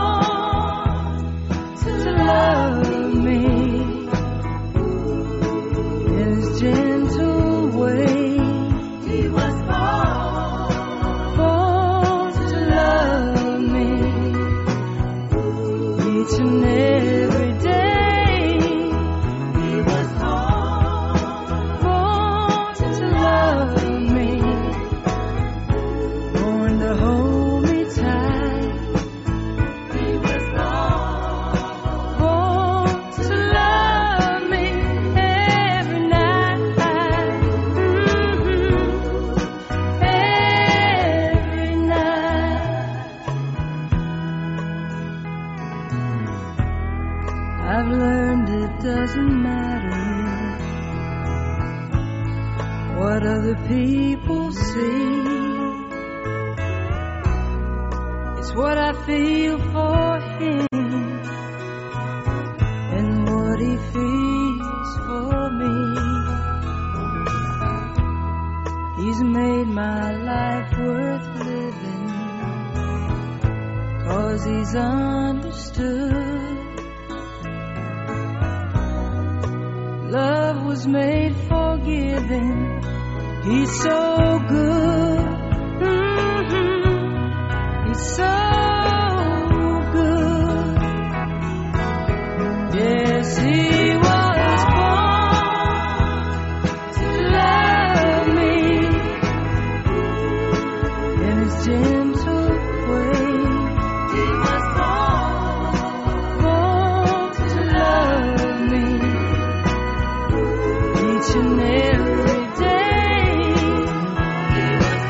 born to love me in his gentle way. He was born to love me each and every day. He was born to love me, born to hold me tight. He was born to love me every night, every night. I've learned it doesn't matter what other people see. It's what I feel for him and what he feels for me. He's made my life worth living 'cause he's understood. Love was made for giving. He's so good. He's so good. Yes, he was born to love me in his gentle way. He was born to love me each and every day. He was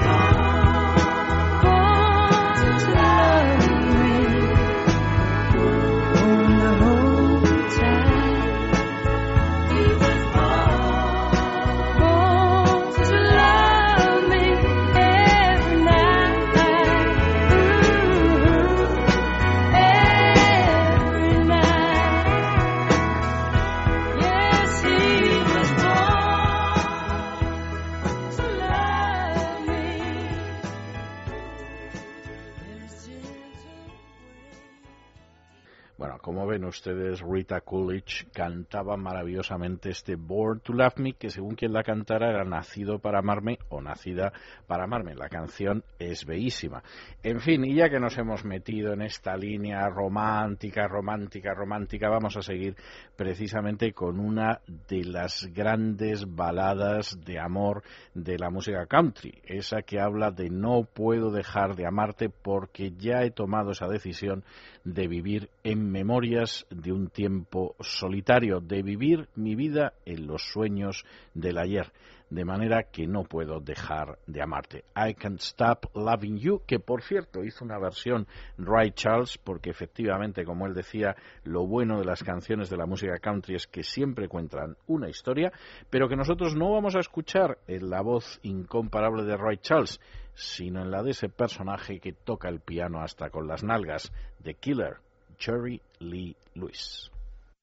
Bueno, como ven ustedes, Rita Coolidge cantaba maravillosamente este Born to Love Me, que según quien la cantara era Nacido para amarme o Nacida para amarme. La canción es bellísima. En fin, y ya que nos hemos metido en esta línea romántica, vamos a seguir precisamente con una de las grandes baladas de amor de la música country, esa que habla de no puedo dejar de amarte porque ya he tomado esa decisión de vivir en memorias de un tiempo solitario, de vivir mi vida en los sueños del ayer, de manera que no puedo dejar de amarte. I Can't Stop Loving You, que por cierto hizo una versión Ray Charles, porque efectivamente, como él decía, lo bueno de las canciones de la música country es que siempre cuentan una historia, pero que nosotros no vamos a escuchar en la voz incomparable de Ray Charles, sino en la de ese personaje que toca el piano hasta con las nalgas, The Killer, Jerry Lee Lewis.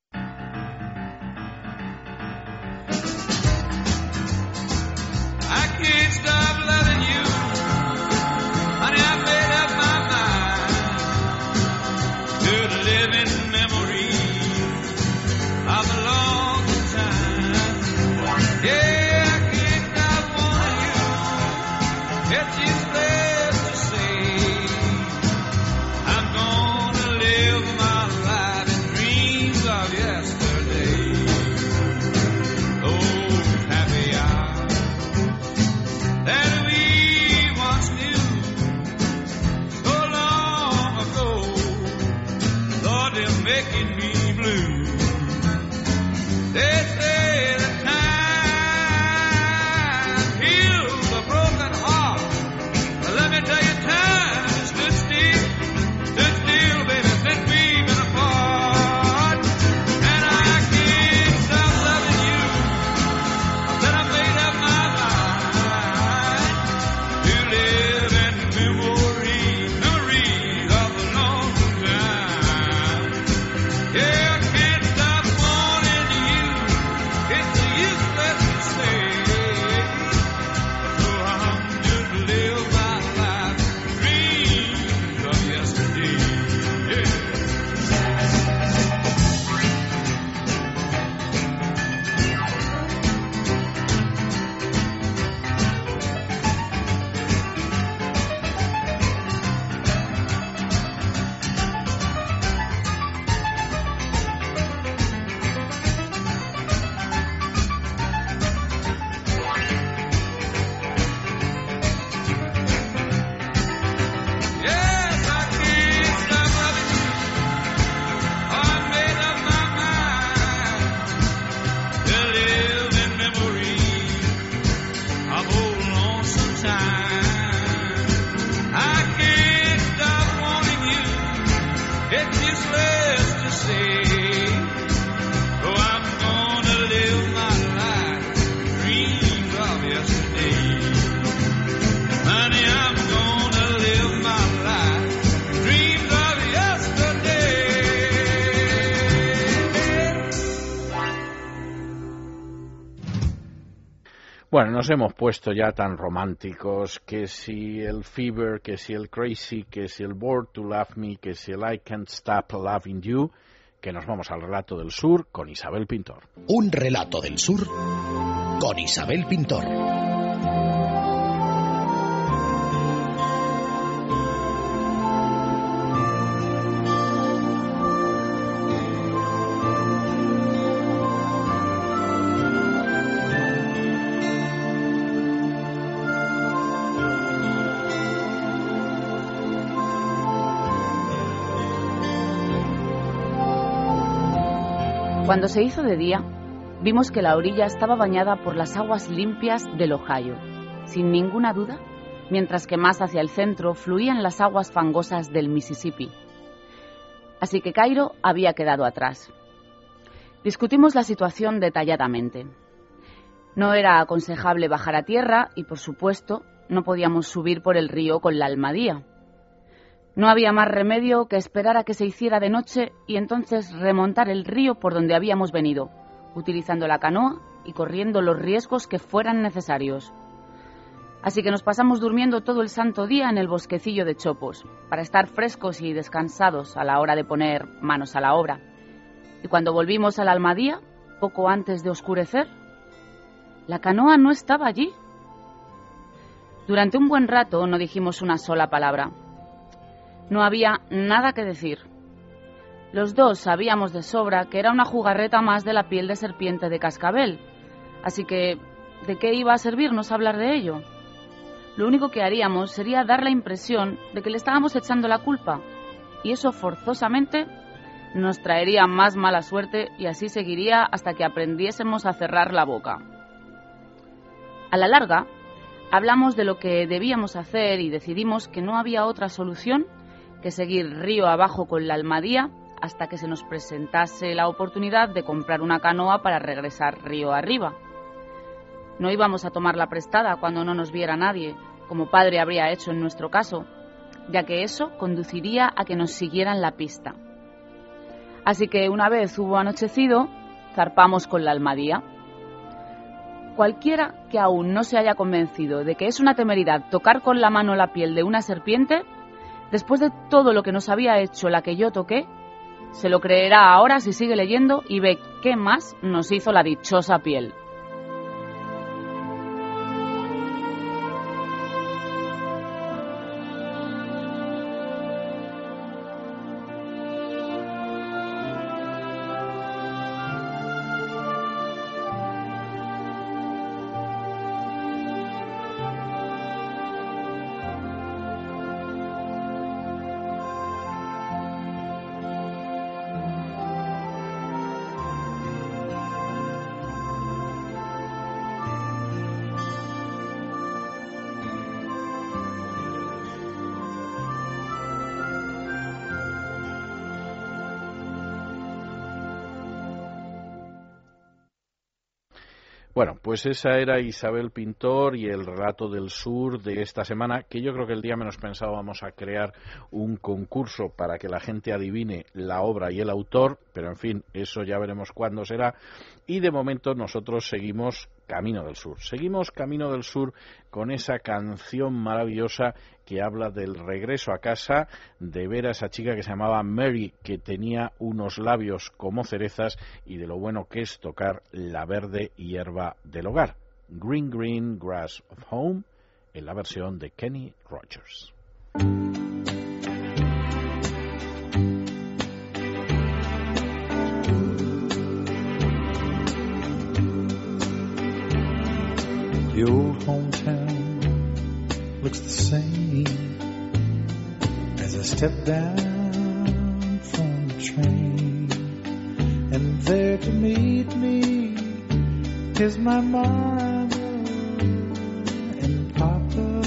I can't stop loving you, honey, I made up my mind to live in memory of a long time. Yeah, I can't stop wanting you, it's useless to say. I'm gonna live my life in dreams of yesterday. Those happy hours that we once knew so long ago, Lord, they're making me blue. They say that time heals a broken heart. But let me tell you, time stood still, baby, since we've been apart. And I can't stop loving you, that I made up my mind to live in memories of a long time. Yeah, I can't stop wanting you, it's useless to say. So I'm just live my life, dreams of yesterday. Yeah. Yes, I can't stop loving you. I made up my mind to live in memory of old lonesome time. I can't stop wanting you, it's useless to say. Oh, I'm gonna live my life, dreams of yesterday. Honey, I'm gonna live my life, dreams of yesterday. Bueno, nos hemos puesto ya tan románticos, que si el Fever, que si el Crazy, que si el Born to Love Me, que si el I Can't Stop Loving You, que nos vamos al relato del sur con Isabel Pintor. Un relato del sur con Isabel Pintor. Cuando se hizo de día, vimos que la orilla estaba bañada por las aguas limpias del Ohio, sin ninguna duda, mientras que más hacia el centro fluían las aguas fangosas del Mississippi. Así que Cairo había quedado atrás. Discutimos la situación detalladamente. No era aconsejable bajar a tierra y, por supuesto, no podíamos subir por el río con la Almadía. No había más remedio que esperar a que se hiciera de noche y entonces remontar el río por donde habíamos venido, utilizando la canoa y corriendo los riesgos que fueran necesarios. Así que nos pasamos durmiendo todo el santo día en el bosquecillo de chopos, para estar frescos y descansados a la hora de poner manos a la obra. Y cuando volvimos a la Almadía, poco antes de oscurecer, la canoa no estaba allí. Durante un buen rato no dijimos una sola palabra. No había nada que decir. Los dos sabíamos de sobra que era una jugarreta más de la piel de serpiente de cascabel, así que ¿de qué iba a servirnos hablar de ello? Lo único que haríamos sería dar la impresión de que le estábamos echando la culpa, y eso forzosamente nos traería más mala suerte y así seguiría hasta que aprendiésemos a cerrar la boca. A la larga, hablamos de lo que debíamos hacer y decidimos que no había otra solución que seguir río abajo con la Almadía hasta que se nos presentase la oportunidad de comprar una canoa para regresar río arriba. No íbamos a tomarla prestada cuando no nos viera nadie, como padre habría hecho en nuestro caso, ya que eso conduciría a que nos siguieran la pista. Así que una vez hubo anochecido, zarpamos con la Almadía. Cualquiera que aún no se haya convencido de que es una temeridad tocar con la mano la piel de una serpiente, después de todo lo que nos había hecho la que yo toqué, se lo creerá ahora si sigue leyendo y ve qué más nos hizo la dichosa piel. Bueno, pues esa era Isabel Pintor y el relato del sur de esta semana, que yo creo que el día menos pensado vamos a crear un concurso para que la gente adivine la obra y el autor, pero en fin, eso ya veremos cuándo será. Y de momento nosotros seguimos Camino del Sur. Seguimos Camino del Sur con esa canción maravillosa que habla del regreso a casa de ver a esa chica que se llamaba Mary, que tenía unos labios como cerezas, y de lo bueno que es tocar la verde hierba del hogar. Green Green Grass of Home, en la versión de Kenny Rogers. The old hometown looks the same as I step down from the train, and there to meet me is my mother and papa,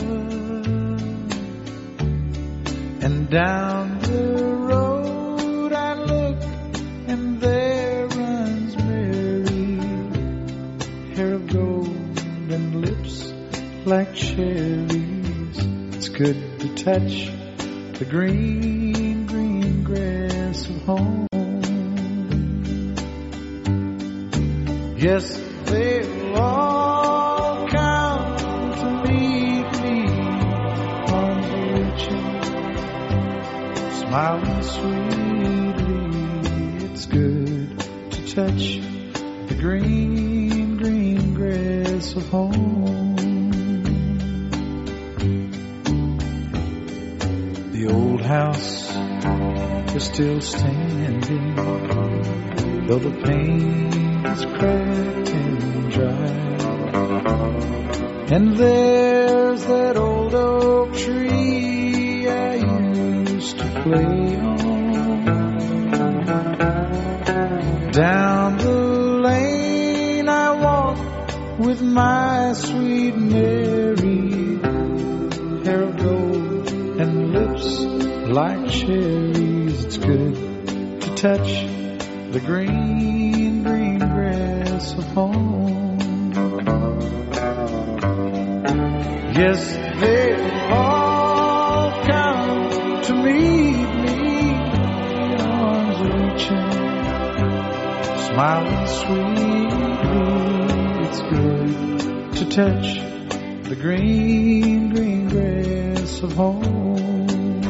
and down the road I look and there runs Mary, hair of gold and lips like cherries. It's good to touch the green, green grass of home. Yes, they'll all come to meet me, arms reaching, smiling sweetly. It's good to touch the green, green grass of home. The old house is still standing, though the paint is cracked and dry. And there's that old oak tree I used to play on. Down the lane I walk with my sweet Mary, hair of gold and lips like cherries. It's good to touch the green, green grass of home. Yes, they'll all come to meet me, arms reaching, smiling sweetly. It's good to touch the green, green grass of home.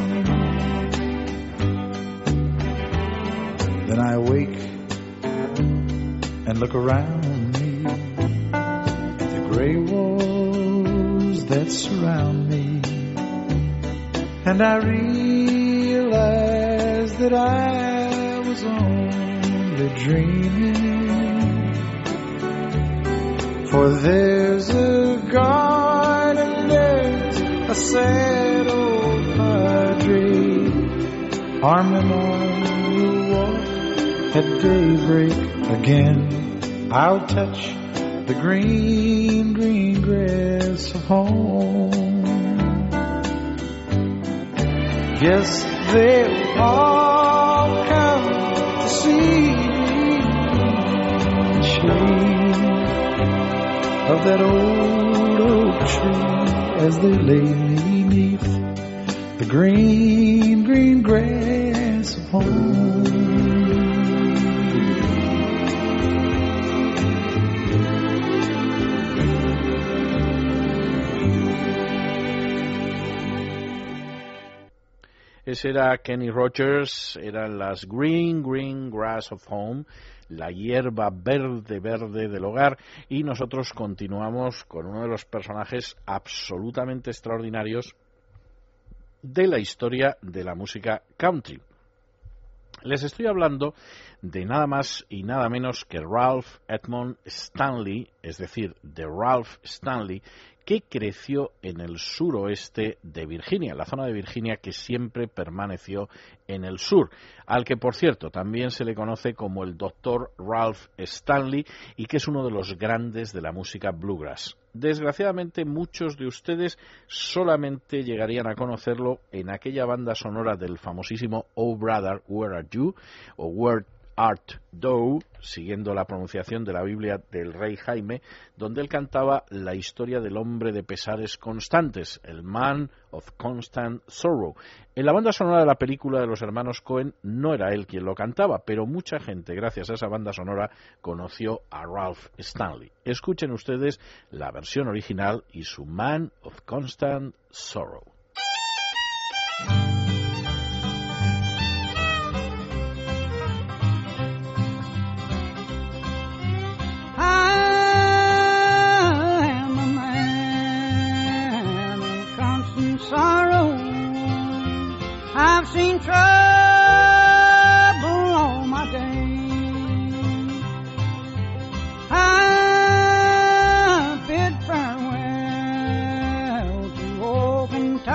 Then I wake and look around me at the gray walls that surround me, and I realize that I was only dreaming. For there's a garden, there's a sad old padre, arm in arm we'll walk at daybreak again. I'll touch the green, green grass of home. Yes, they'll all come to see the shade of that old oak tree as they lay beneath the green, green grass of home. Ese era Kenny Rogers, eran las Green, Green Grass of Home, la hierba verde, verde del hogar, y nosotros continuamos con uno de los personajes absolutamente extraordinarios de la historia de la música country. Les estoy hablando de nada más y nada menos que Ralph Edmond Stanley, es decir, de Ralph Stanley, que creció en el suroeste de Virginia, la zona de Virginia que siempre permaneció en el sur, al que, por cierto, también se le conoce como el Dr. Ralph Stanley y que es uno de los grandes de la música bluegrass. Desgraciadamente, muchos de ustedes solamente llegarían a conocerlo en aquella banda sonora del famosísimo Oh Brother, Where Are You? O Where Art Thou, siguiendo la pronunciación de la Biblia del rey Jaime, donde él cantaba la historia del hombre de pesares constantes, el Man of Constant Sorrow. En la banda sonora de la película de los hermanos Coen no era él quien lo cantaba, pero mucha gente, gracias a esa banda sonora, conoció a Ralph Stanley. Escuchen ustedes la versión original y su Man of Constant Sorrow. I've seen trouble all my days. I bid farewell to oak and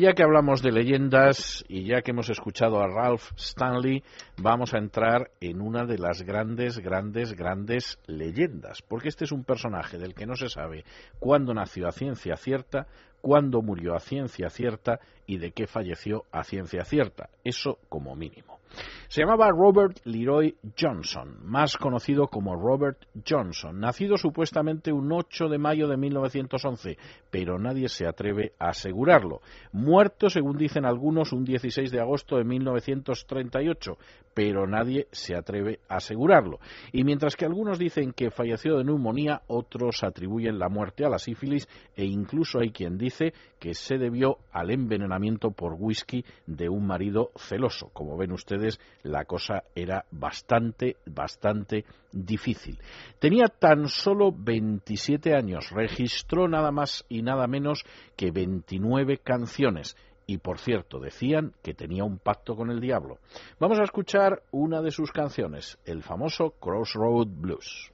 ya que hablamos de leyendas y ya que hemos escuchado a Ralph Stanley, vamos a entrar en una de las grandes leyendas, porque este es un personaje del que no se sabe cuándo nació a ciencia cierta, cuándo murió a ciencia cierta y de qué falleció a ciencia cierta, eso como mínimo. Se llamaba Robert Leroy Johnson, más conocido como Robert Johnson, nacido supuestamente un 8 de mayo de 1911, pero nadie se atreve a asegurarlo. Muerto, según dicen algunos, un 16 de agosto de 1938, pero nadie se atreve a asegurarlo. Y mientras que algunos dicen que falleció de neumonía, otros atribuyen la muerte a la sífilis e incluso hay quien dice que se debió al envenenamiento por whisky de un marido celoso. Como ven ustedes, la cosa era bastante difícil. Tenía tan solo 27 años, registró nada más y nada menos que 29 canciones. Y, por cierto, decían que tenía un pacto con el diablo. Vamos a escuchar una de sus canciones, el famoso Crossroad Blues.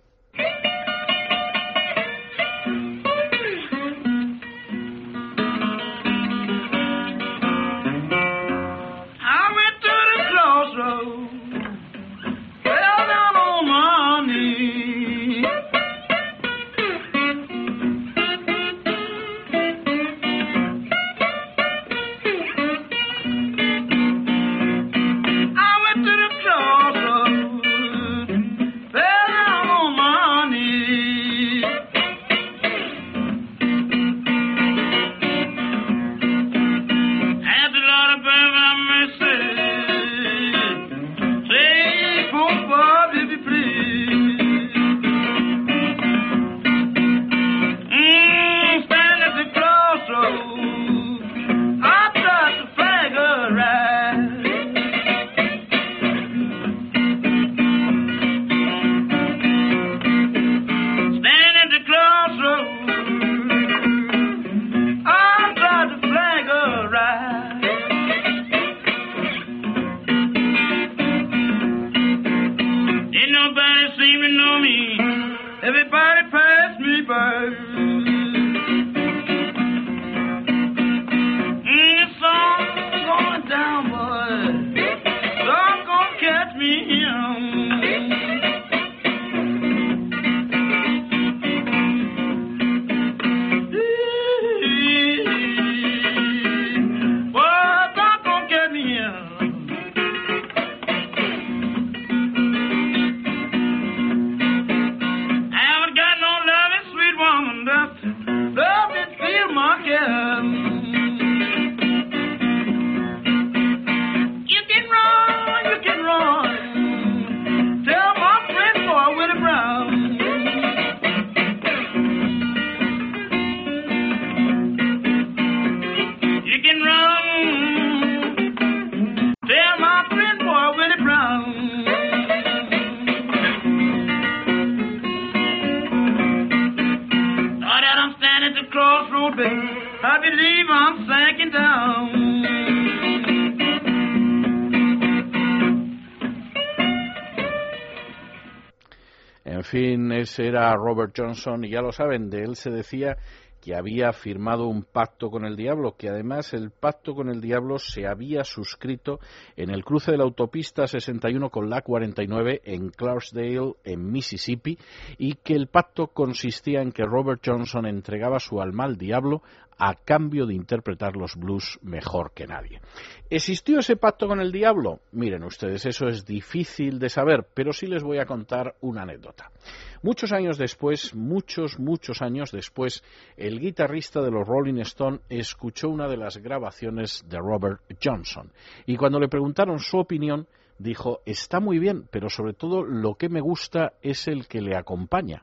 En fin, ese era Robert Johnson y ya lo saben, de él se decía que había firmado un pacto con el diablo, que además el pacto con el diablo se había suscrito en el cruce de la autopista 61 con la 49 en Clarksdale, en Mississippi, y que el pacto consistía en que Robert Johnson entregaba su alma al diablo a cambio de interpretar los blues mejor que nadie. ¿Existió ese pacto con el diablo? Miren ustedes, eso es difícil de saber, pero sí les voy a contar una anécdota. Muchos años después, muchos años después, el guitarrista de los Rolling Stones escuchó una de las grabaciones de Robert Johnson y cuando le preguntaron su opinión, dijo, está muy bien, pero sobre todo lo que me gusta es el que le acompaña.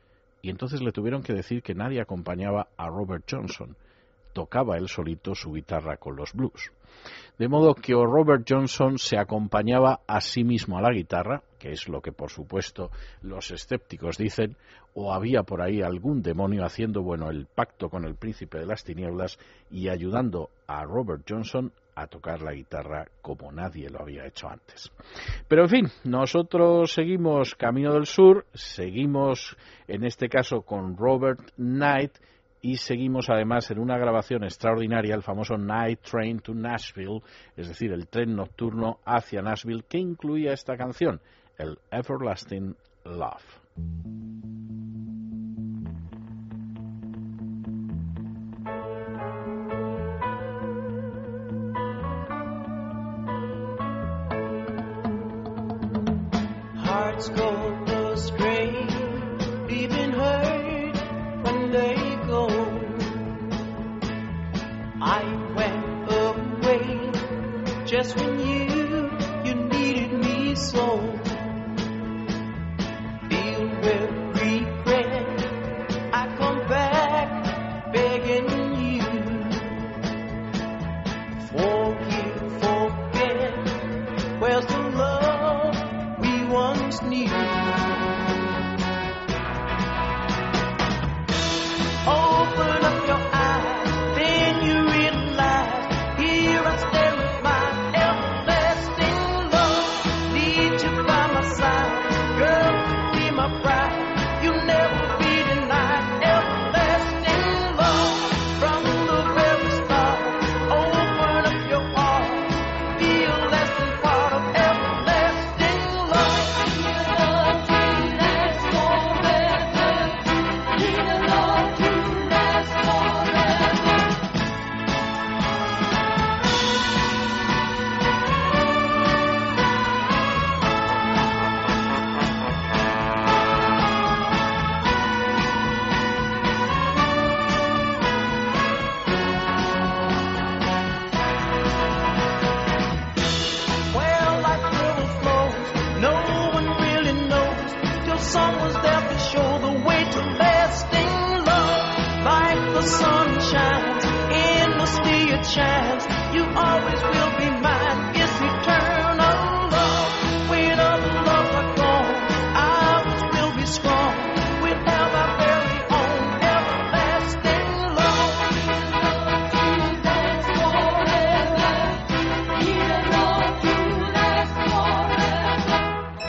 Y entonces le tuvieron que decir que nadie acompañaba a Robert Johnson. Tocaba él solito su guitarra con los blues. De modo que o Robert Johnson se acompañaba a sí mismo a la guitarra, que es lo que por supuesto los escépticos dicen, o había por ahí algún demonio haciendo el pacto con el príncipe de las tinieblas y ayudando a Robert Johnson a tocar la guitarra como nadie lo había hecho antes. Pero en fin, nosotros seguimos Camino del Sur, seguimos en este caso con Robert Knight, y seguimos además en una grabación extraordinaria, el famoso Night Train to Nashville, es decir, el tren nocturno hacia Nashville, que incluía esta canción, el Everlasting Love. Hearts go astray, leaving hurt when they go. I went away just when you needed me so. Filled with regret, I come back begging you. Forgive, forget, where's the love we once knew? Open up your eyes, then you realize, here I stand with my everlasting love. Need you by my side, girl, be my bride. You never be denied, everlasting love. From the very start, open up your heart, be a lasting part of everlasting love. Love to last forever, need a love to last forever. Well, like river flows, no one really knows till someone's there to show the way to lasting love. Like the sun shines, endlessly it shines. You always will be mine. It's eternal love. When other loves are gone, ours will be strong. We'll have our very own everlasting love. Love to last forever. Need a love to last forever.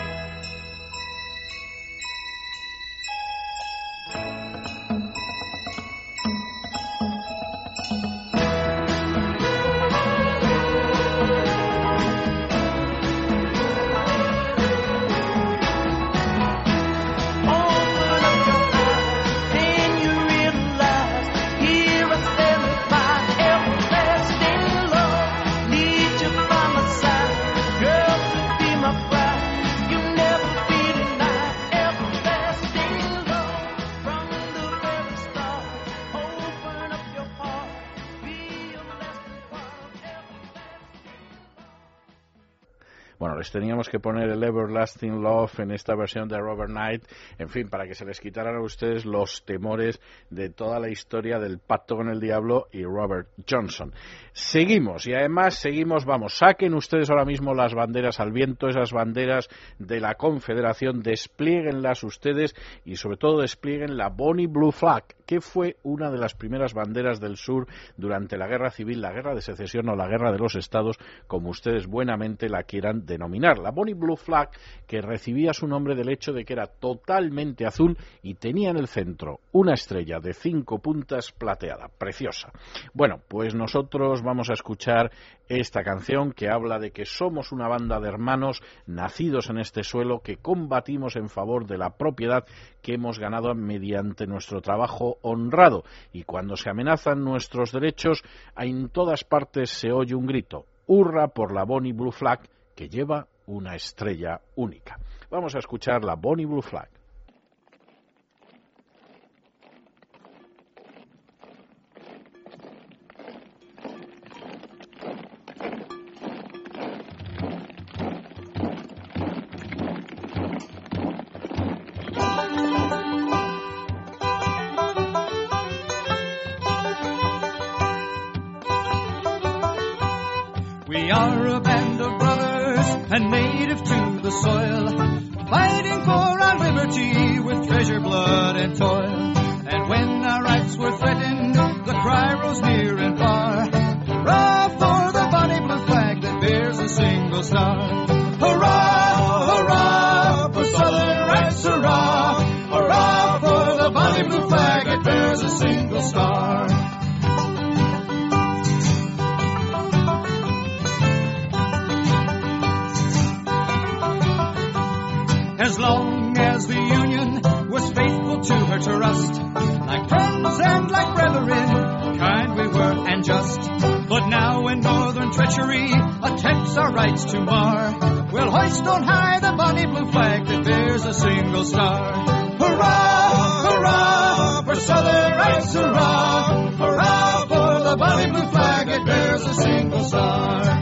Open up your eyes, then you realize, here I stand with my everlasting love. Need you by my side, girl, to be my bride. You never be denied, everlasting love. From the very start, open up your heart, be a lasting part of everlasting. Bueno, les teníamos que poner el Everlasting Love en esta versión de Robert Knight, en fin, para que se les quitaran a ustedes los temores de toda la historia del pacto con el diablo y Robert Johnson. Seguimos, y además seguimos, vamos, saquen ustedes ahora mismo las banderas al viento, esas banderas de la Confederación, desplieguenlas ustedes y sobre todo desplieguen la Bonnie Blue Flag, que fue una de las primeras banderas del sur durante la Guerra Civil, la Guerra de Secesión o la Guerra de los Estados, como ustedes buenamente la quieran denominar. La Bonnie Blue Flag, que recibía su nombre del hecho de que era totalmente azul y tenía en el centro una estrella de 5 puntas plateada, preciosa. Bueno, pues nosotros vamos a escuchar esta canción que habla de que somos una banda de hermanos nacidos en este suelo que combatimos en favor de la propiedad que hemos ganado mediante nuestro trabajo honrado, y cuando se amenazan nuestros derechos en todas partes se oye un grito: ¡hurra por la Bonnie Blue Flag, que lleva una estrella única! Vamos a escuchar la Bonnie Blue Flag. We are a band of brothers and native to the soil, fighting for our liberty with treasure, blood, and toil. And when our rights were threatened, the cry rose near and far: hurrah for the Bonnie Blue Flag that bears a single star! Hurrah, hurrah for Southern rights, hurrah! Hurrah for the Bonnie Blue Flag that bears a single single star. As long as the Union was faithful to her trust, like friends and like brethren, kind we were and just. But now when Northern treachery attempts our rights to mar, we'll hoist on high the bonny blue flag that bears a single star. Hurrah, hurrah, for Southern rights, hurrah, hurrah, for the bonny blue flag that bears a single star.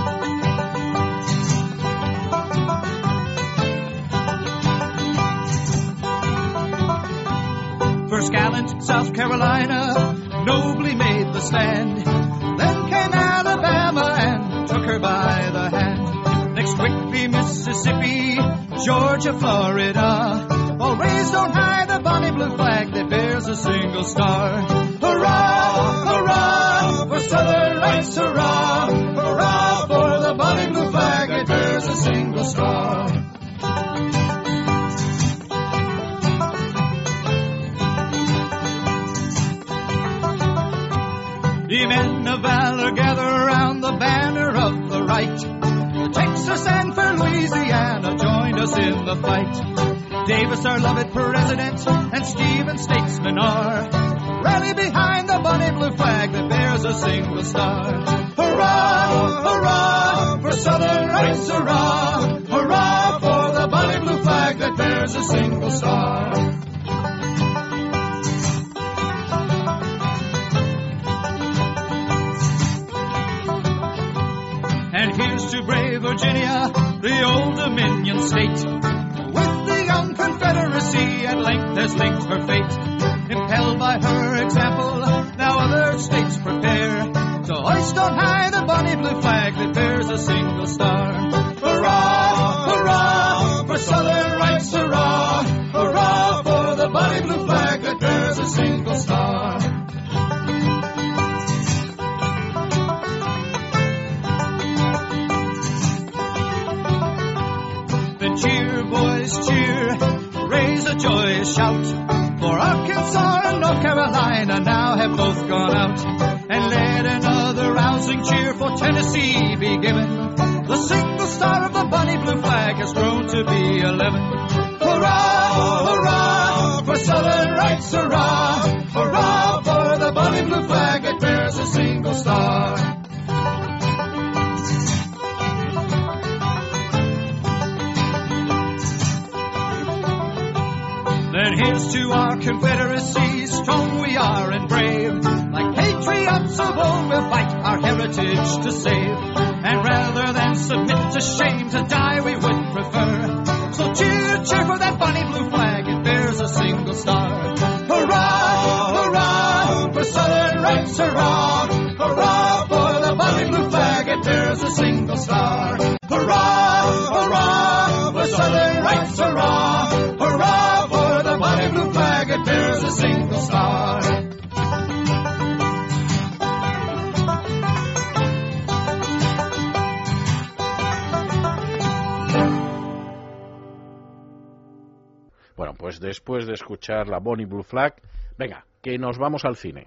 First gallant South Carolina nobly made the stand. Then came Alabama and took her by the hand. Next quickly Mississippi, Georgia, Florida, all raised on high the bonny blue flag that bears a single star. Hurrah, hurrah, for Southern rights, hurrah, hurrah, for the bonny blue flag that bears a single star. Ye men of valor, gather around the banner of the right. Texas and for Louisiana joined us in the fight. Davis, our loved president, and Stephen, statesmen are. Rally behind the bonny blue flag that bears a single star. Hurrah, hurrah, for Southern rights, hurrah, hurrah, for the bonny blue flag that bears a single star. And here's to brave Virginia, the old Dominion state. With the young Confederacy at length has linked her fate. Impelled by her example, now other states prepare to hoist on high the bonny blue flag that bears a single star. Hurrah, hurrah, for Southern rights, hurrah, hurrah, for the bonny blue flag that bears a single star. Cheer, boys, cheer, raise a joyous shout, for Arkansas and North Carolina now have both gone out. And let another rousing cheer for Tennessee be given. The single star of the bonny blue flag has grown to be 11. Hurrah, hurrah, for Southern rights, hurrah, hurrah, for the bonny blue flag that bears a single star. Then here's to our Confederacy, strong we are and brave. Like patriots of old, we'll fight our heritage to save. And rather than submit to shame, to die we would prefer. So cheer, cheer for that bonny blue flag, it bears a single star. Hurrah, hurrah, for Southern rights, hurrah, hurrah, for the bonny blue flag, it bears a single star. Hurrah, hurrah, for Southern rights, hurrah, hurrah, for the bonny blue flag, it bears a single star. Bueno, pues después de escuchar la Bonnie Blue Flag, venga, que nos vamos al cine.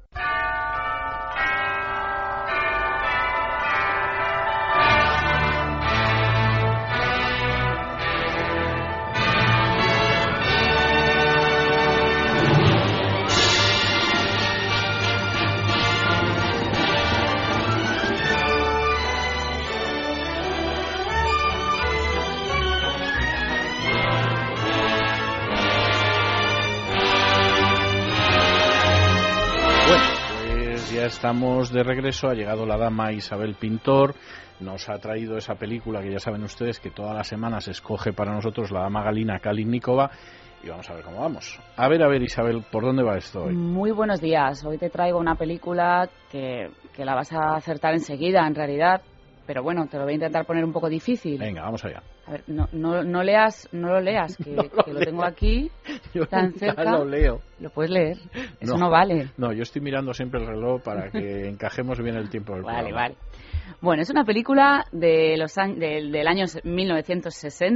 Estamos de regreso, ha llegado la dama Isabel Pintor, nos ha traído esa película que ya saben ustedes que todas las semanas escoge para nosotros la dama Galina Kalinnikova y vamos a ver cómo vamos. A ver Isabel, ¿por dónde va esto hoy? Muy buenos días, hoy te traigo una película que la vas a acertar enseguida en realidad, pero bueno, te lo voy a intentar poner un poco difícil. Venga, vamos allá. A ver, no lo leas, que lo tengo aquí yo tan cerca. Lo leo. Lo puedes leer, eso no vale. No, yo estoy mirando siempre el reloj para que encajemos bien el tiempo del programa. Vale. Bueno, es una película del año 1960.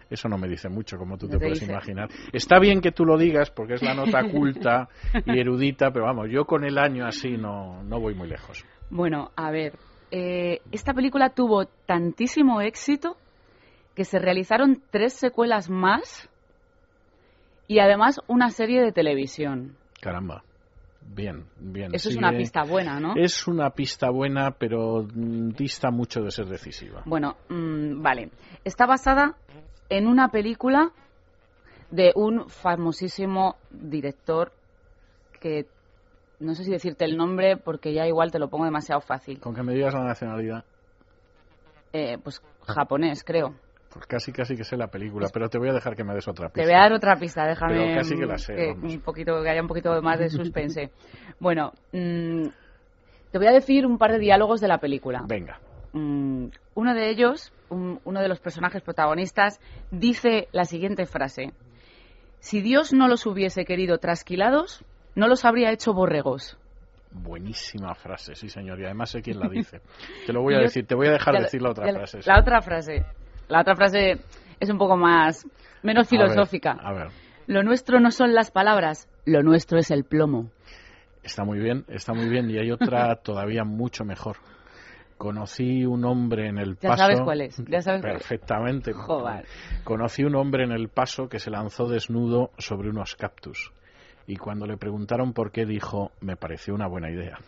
Eso no me dice mucho, como tú No te te puedes dice. imaginar. Está bien que tú lo digas, porque es la nota culta y erudita, pero vamos, yo con el año así no voy muy lejos. Bueno, a ver, esta película tuvo tantísimo éxito que se realizaron 3 secuelas más y además una serie de televisión. Caramba. Bien. Eso es una pista buena, ¿no? Es una pista buena, pero dista mucho de ser decisiva. Bueno, vale. Está basada en una película de un famosísimo director que no sé si decirte el nombre porque ya igual te lo pongo demasiado fácil. Con que me digas la nacionalidad. Pues japonés, creo. Pues casi que sé la película, pero te voy a dejar que me des otra pista. Te voy a dar otra pista, déjame pero casi que la sé, que vamos. haya un poquito más de suspense. Bueno, te voy a decir un par de diálogos de la película. Venga. Uno de ellos, uno de los personajes protagonistas, dice la siguiente frase: si Dios no los hubiese querido trasquilados, no los habría hecho borregos. Buenísima frase, sí señor, y además sé quién la dice. Te lo voy a decir, te voy a dejar decir la otra frase. La otra frase es un poco menos filosófica. A ver. Lo nuestro no son las palabras, lo nuestro es el plomo. Está muy bien, y hay otra todavía mucho mejor. Conocí un hombre en el Paso... Ya sabes cuál es. Perfectamente. Joder. Conocí un hombre en el Paso que se lanzó desnudo sobre unos cactus. Y cuando le preguntaron por qué, dijo, me pareció una buena idea.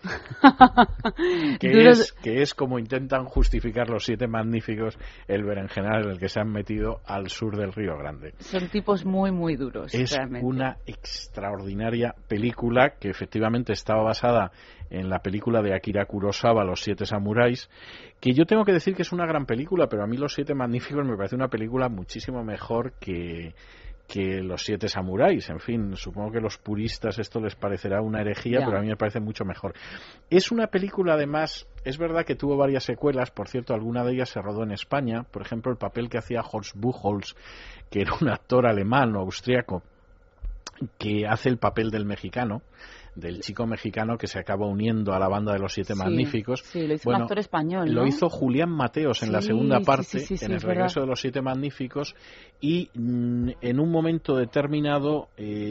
que es como intentan justificar los 7 magníficos el berenjenal en el que se han metido al sur del Río Grande. Son tipos muy, muy duros. Es realmente una extraordinaria película que efectivamente estaba basada en la película de Akira Kurosawa, Los 7 samuráis, que yo tengo que decir que es una gran película, pero a mí Los 7 magníficos me parece una película muchísimo mejor que Los 7 samuráis. En fin, supongo que a los puristas esto les parecerá una herejía, pero a mí me parece mucho mejor. Es una película, además, es verdad que tuvo varias secuelas, por cierto, alguna de ellas se rodó en España, por ejemplo, el papel que hacía Horst Buchholz, que era un actor alemán o austriaco, que hace el papel del mexicano, del chico mexicano que se acaba uniendo a la banda de Los 7 magníficos. Sí, lo hizo un actor español, ¿no? Lo hizo Julián Mateos en la segunda parte, sí, en el regreso de Los 7 magníficos, y en un momento determinado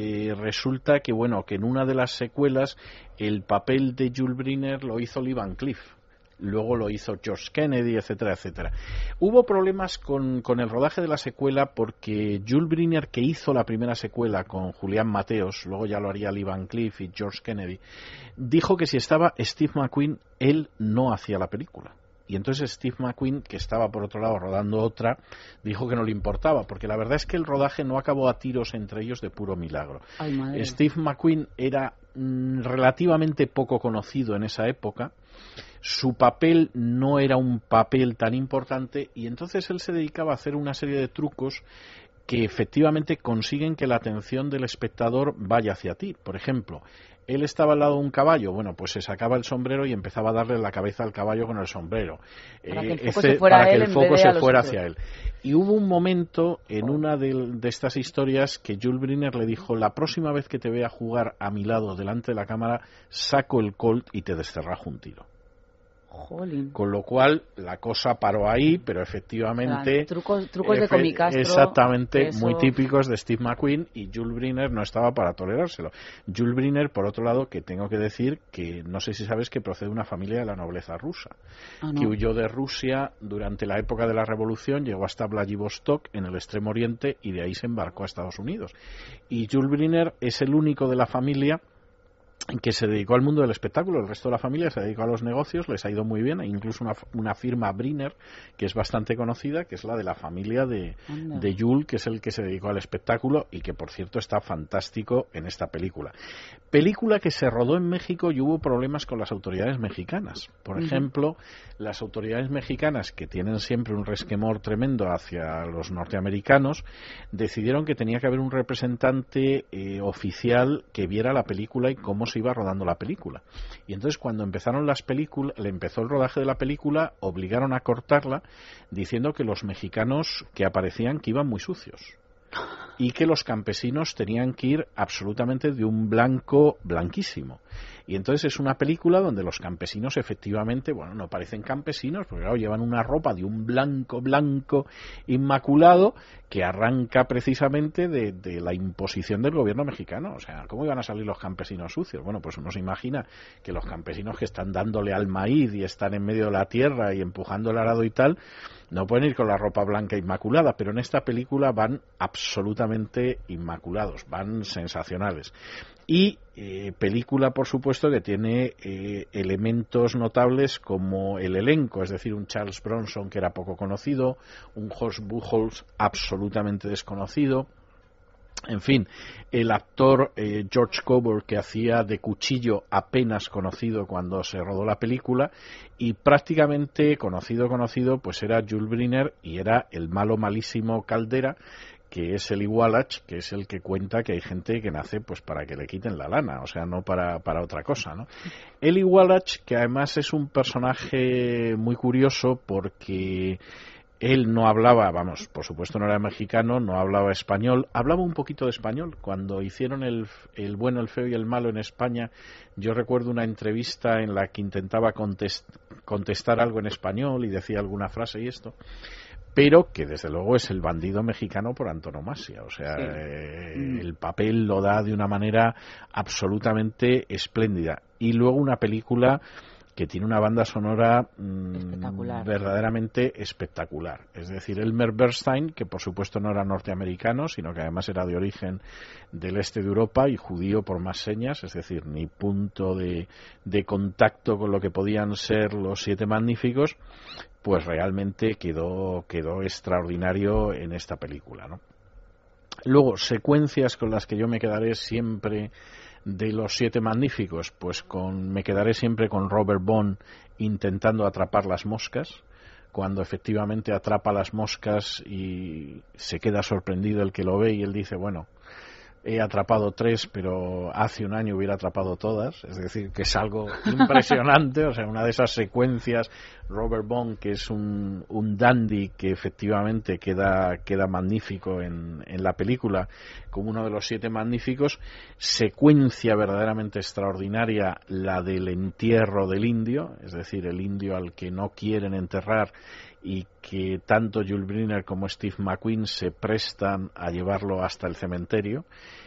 resulta que, que en una de las secuelas el papel de Jules Briner lo hizo Lee Van Cleef. Luego lo hizo George Kennedy, etcétera, etcétera. Hubo problemas con el rodaje de la secuela porque Jules Briner, que hizo la primera secuela con Julián Mateos, luego ya lo haría Lee Van Cleef y George Kennedy, dijo que si estaba Steve McQueen, él no hacía la película. Y entonces Steve McQueen, que estaba por otro lado rodando otra, dijo que no le importaba, porque la verdad es que el rodaje no acabó a tiros entre ellos de puro milagro. Ay, madre. Steve McQueen era relativamente poco conocido en esa época, su papel no era un papel tan importante y entonces él se dedicaba a hacer una serie de trucos que efectivamente consiguen que la atención del espectador vaya hacia ti. Por ejemplo, él estaba al lado de un caballo, pues se sacaba el sombrero y empezaba a darle la cabeza al caballo con el sombrero, para que el foco se fuera hacia él. Y hubo un momento en una de estas historias que Jules Briner le dijo: la próxima vez que te vea jugar a mi lado delante de la cámara, saco el Colt y te descerrajo un tiro. Jolín. Con lo cual la cosa paró ahí, pero efectivamente trucos de comicastro, exactamente, muy típicos de Steve McQueen, y Jules Briner no estaba para tolerárselo. Jules Briner, por otro lado, que tengo que decir que no sé si sabes que procede de una familia de la nobleza rusa, que huyó de Rusia durante la época de la Revolución, llegó hasta Vladivostok en el Extremo Oriente y de ahí se embarcó a Estados Unidos. Y Jules Briner es el único de la familia que se dedicó al mundo del espectáculo. El resto de la familia se dedicó a los negocios, les ha ido muy bien, e incluso una firma Briner que es bastante conocida, que es la de la familia de Jules, que es el que se dedicó al espectáculo y que por cierto está fantástico en esta película que se rodó en México y hubo problemas con las autoridades mexicanas. Por ejemplo, las autoridades mexicanas, que tienen siempre un resquemor tremendo hacia los norteamericanos, decidieron que tenía que haber un representante oficial que viera la película y cómo se iba rodando la película. Y entonces cuando empezaron empezó el rodaje de la película, obligaron a cortarla diciendo que los mexicanos que aparecían que iban muy sucios y que los campesinos tenían que ir absolutamente de un blanco blanquísimo. Y entonces es una película donde los campesinos efectivamente, bueno, no parecen campesinos, porque claro, llevan una ropa de un blanco inmaculado que arranca precisamente de la imposición del gobierno mexicano. O sea, ¿cómo iban a salir los campesinos sucios? Bueno, pues uno se imagina que los campesinos que están dándole al maíz y están en medio de la tierra y empujando el arado y tal, no pueden ir con la ropa blanca inmaculada, pero en esta película van absolutamente inmaculados, van sensacionales. Y película, por supuesto, que tiene elementos notables como el elenco, es decir, un Charles Bronson que era poco conocido, un Horst Buchholz absolutamente desconocido, en fin, el actor George Cobor, que hacía de Cuchillo, apenas conocido cuando se rodó la película, y prácticamente conocido, pues era Jules Briner y era el malo malísimo Caldera, que es Eli Wallach, que es el que cuenta que hay gente que nace pues para que le quiten la lana, o sea, no para otra cosa, ¿no? Eli Wallach, que además es un personaje muy curioso porque él no hablaba, vamos, por supuesto no era mexicano, no hablaba español, hablaba un poquito de español. Cuando hicieron el bueno, el feo y el malo en España, yo recuerdo una entrevista en la que intentaba contestar algo en español y decía alguna frase y esto, pero que desde luego es el bandido mexicano por antonomasia, o sea, el papel lo da de una manera absolutamente espléndida. Y luego una película que tiene una banda sonora verdaderamente espectacular. Es decir, Elmer Bernstein, que por supuesto no era norteamericano, sino que además era de origen del este de Europa y judío por más señas, es decir, ni punto de contacto con lo que podían ser los Siete Magníficos, pues realmente quedó extraordinario en esta película, ¿no? Luego, secuencias con las que yo me quedaré siempre de los Siete Magníficos, pues me quedaré siempre con Robert Bond intentando atrapar las moscas, cuando efectivamente atrapa las moscas y se queda sorprendido el que lo ve y él dice, bueno, he atrapado 3, pero hace un año hubiera atrapado todas, es decir, que es algo impresionante, o sea, una de esas secuencias, Robert Bond, que es un dandy que efectivamente queda magnífico en la película, como uno de los Siete Magníficos, secuencia verdaderamente extraordinaria, la del entierro del indio, es decir, el indio al que no quieren enterrar y que tanto Jules Briner como Steve McQueen se prestan a llevarlo hasta el cementerio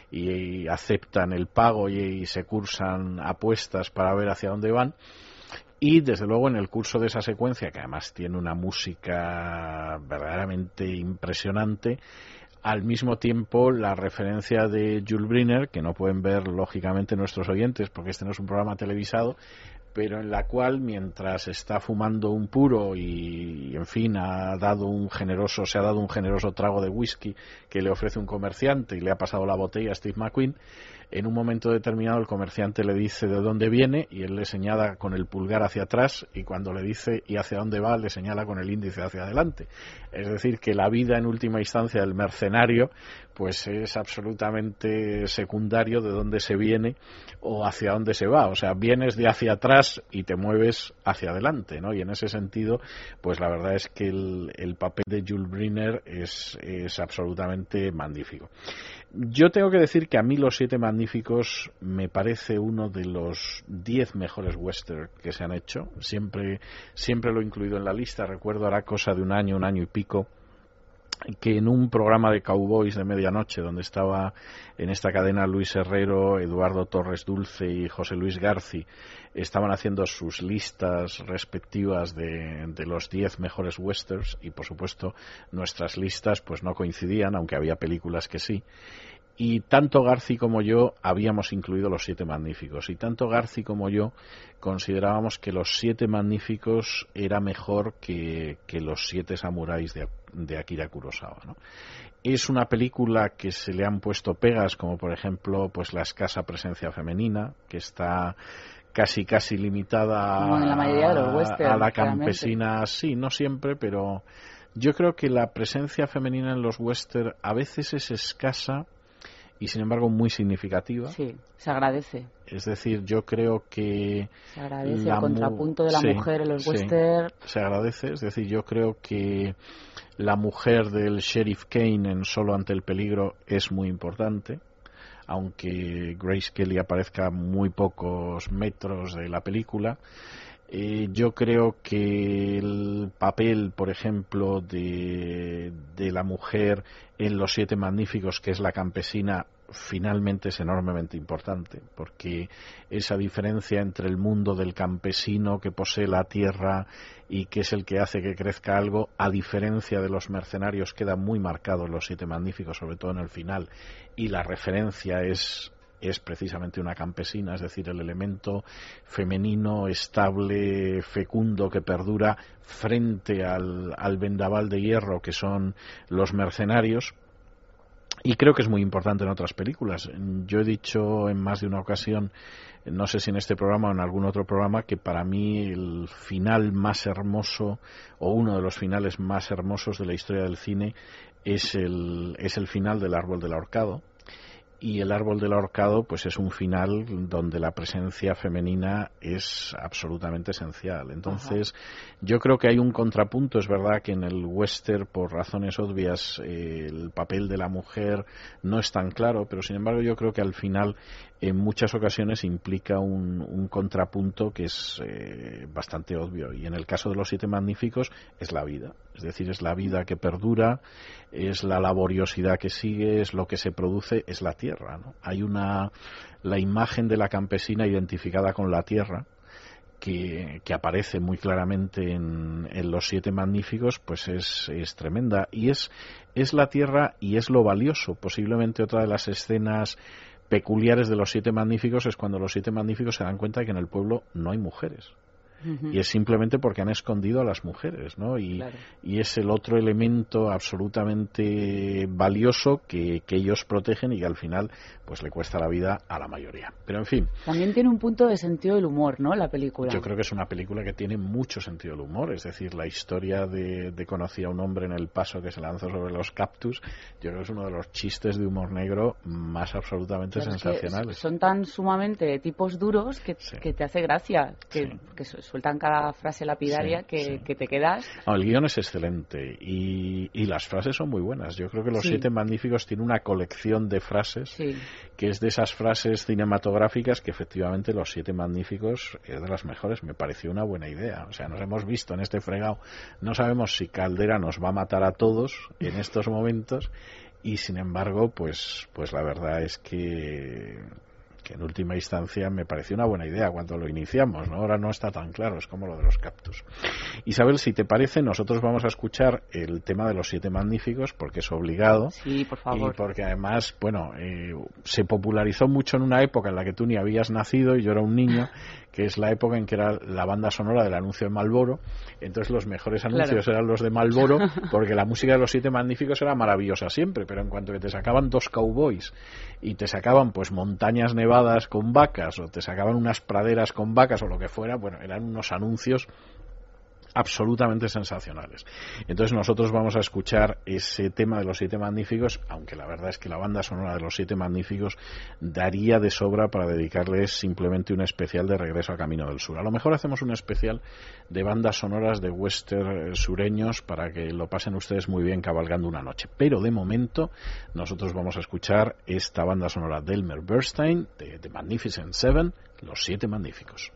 y aceptan el pago y se cursan apuestas para ver hacia dónde van. Y desde luego en el curso de esa secuencia, que además tiene una música verdaderamente impresionante, al mismo tiempo la referencia de Jules Briner, que no pueden ver lógicamente nuestros oyentes porque este no es un programa televisado, pero en la cual mientras está fumando un puro y en fin se ha dado un generoso trago de whisky que le ofrece un comerciante y le ha pasado la botella a Steve McQueen, en un momento determinado el comerciante le dice de dónde viene y él le señala con el pulgar hacia atrás y cuando le dice y hacia dónde va le señala con el índice hacia adelante. Es decir, que la vida en última instancia del mercenario pues es absolutamente secundario de dónde se viene o hacia dónde se va. O sea, vienes de hacia atrás y te mueves hacia adelante, ¿no? Y en ese sentido, pues la verdad es que el papel de Jules Briner es absolutamente magnífico. Yo tengo que decir que a mí Los Siete Magníficos me parece uno de los 10 mejores western que se han hecho. Siempre lo he incluido en la lista. Recuerdo hará cosa de un año y pico, que en un programa de Cowboys de medianoche, donde estaba en esta cadena Luis Herrero, Eduardo Torres Dulce y José Luis Garci, estaban haciendo sus listas respectivas de los 10 mejores westerns y por supuesto nuestras listas pues no coincidían, aunque había películas que sí. Y tanto Garci como yo habíamos incluido Los Siete Magníficos y tanto Garci como yo considerábamos que Los Siete Magníficos era mejor que Los Siete Samuráis de Akira Kurosawa, ¿no? Es una película que se le han puesto pegas, como por ejemplo pues la escasa presencia femenina, que está casi limitada en la mayoría de los westerns, a la campesina, claramente. Sí, no siempre, pero yo creo que la presencia femenina en los westerns a veces es escasa y sin embargo muy significativa. Sí, se agradece. Es decir, yo creo que se agradece el contrapunto de la mujer en los westerns. Se agradece, es decir, yo creo que la mujer del Sheriff Kane en Solo ante el peligro es muy importante. aunque Grace Kelly aparezca muy pocos metros de la película. Yo creo que el papel, por ejemplo, de la mujer en Los Siete Magníficos, que es la campesina, finalmente es enormemente importante, porque esa diferencia entre el mundo del campesino que posee la tierra y que es el que hace que crezca algo, a diferencia de los mercenarios, queda muy marcado en Los Siete Magníficos, sobre todo en el final, y la referencia es precisamente una campesina, es decir, el elemento femenino, estable, fecundo, que perdura frente al vendaval de hierro que son los mercenarios. Y creo que es muy importante en otras películas. Yo he dicho en más de una ocasión, no sé si en este programa o en algún otro programa, que para mí el final más hermoso, o uno de los finales más hermosos de la historia del cine, es el final del Árbol del Ahorcado. Y el Árbol del Ahorcado pues es un final donde la presencia femenina es absolutamente esencial. Entonces, yo creo que hay un contrapunto. Es verdad que en el western, por razones obvias, el papel de la mujer no es tan claro, pero sin embargo yo creo que al final en muchas ocasiones implica un contrapunto que es bastante obvio. Y en el caso de Los Siete Magníficos es la vida. Es decir, es la vida que perdura, es la laboriosidad que sigue, es lo que se produce, es la tierra, ¿no? Hay la imagen de la campesina identificada con la tierra, que aparece muy claramente en Los Siete Magníficos, pues es tremenda. Y es la tierra y es lo valioso. Posiblemente otra de las escenas peculiares de Los Siete Magníficos es cuando Los Siete Magníficos se dan cuenta de que en el pueblo no hay mujeres. Y es simplemente porque han escondido a las mujeres, ¿no? Y es el otro elemento absolutamente valioso que ellos protegen y que al final pues le cuesta la vida a la mayoría. Pero en fin. También tiene un punto de sentido del humor, ¿no? La película. Yo creo que es una película que tiene mucho sentido del humor. Es decir, la historia de conocí a un hombre en El Paso que se lanzó sobre los cactus, yo creo que es uno de los chistes de humor negro más absolutamente sensacionales. Son tan sumamente tipos duros que te hace gracia, que sueltan cada frase lapidaria que te quedas. No, el guión es excelente y las frases son muy buenas. Yo creo que Los Siete Magníficos tiene una colección de frases que es de esas frases cinematográficas que efectivamente Los Siete Magníficos es de las mejores. Me pareció una buena idea. O sea, nos hemos visto en este fregado. No sabemos si Caldera nos va a matar a todos en estos momentos y sin embargo, pues la verdad es que en última instancia me pareció una buena idea cuando lo iniciamos, ¿no? Ahora no está tan claro, es como lo de los cactus. Isabel, si te parece, nosotros vamos a escuchar el tema de Los Siete Magníficos porque es obligado. Sí, por favor. Y porque además, bueno, se popularizó mucho en una época en la que tú ni habías nacido y yo era un niño, que es la época en que era la banda sonora del anuncio de Marlboro. Entonces los mejores anuncios eran los de Marlboro, porque la música de Los Siete Magníficos era maravillosa siempre, pero en cuanto que te sacaban dos cowboys y te sacaban pues montañas nevadas con vacas o te sacaban unas praderas con vacas o lo que fuera, bueno, eran unos anuncios absolutamente sensacionales. Entonces nosotros vamos a escuchar ese tema de Los Siete Magníficos, aunque la verdad es que la banda sonora de Los Siete Magníficos daría de sobra para dedicarles simplemente un especial de Regreso a Camino del Sur. A lo mejor hacemos un especial de bandas sonoras de western sureños para que lo pasen ustedes muy bien cabalgando una noche. Pero de momento nosotros vamos a escuchar esta banda sonora de Elmer Bernstein, de The Magnificent Seven, Los Siete Magníficos.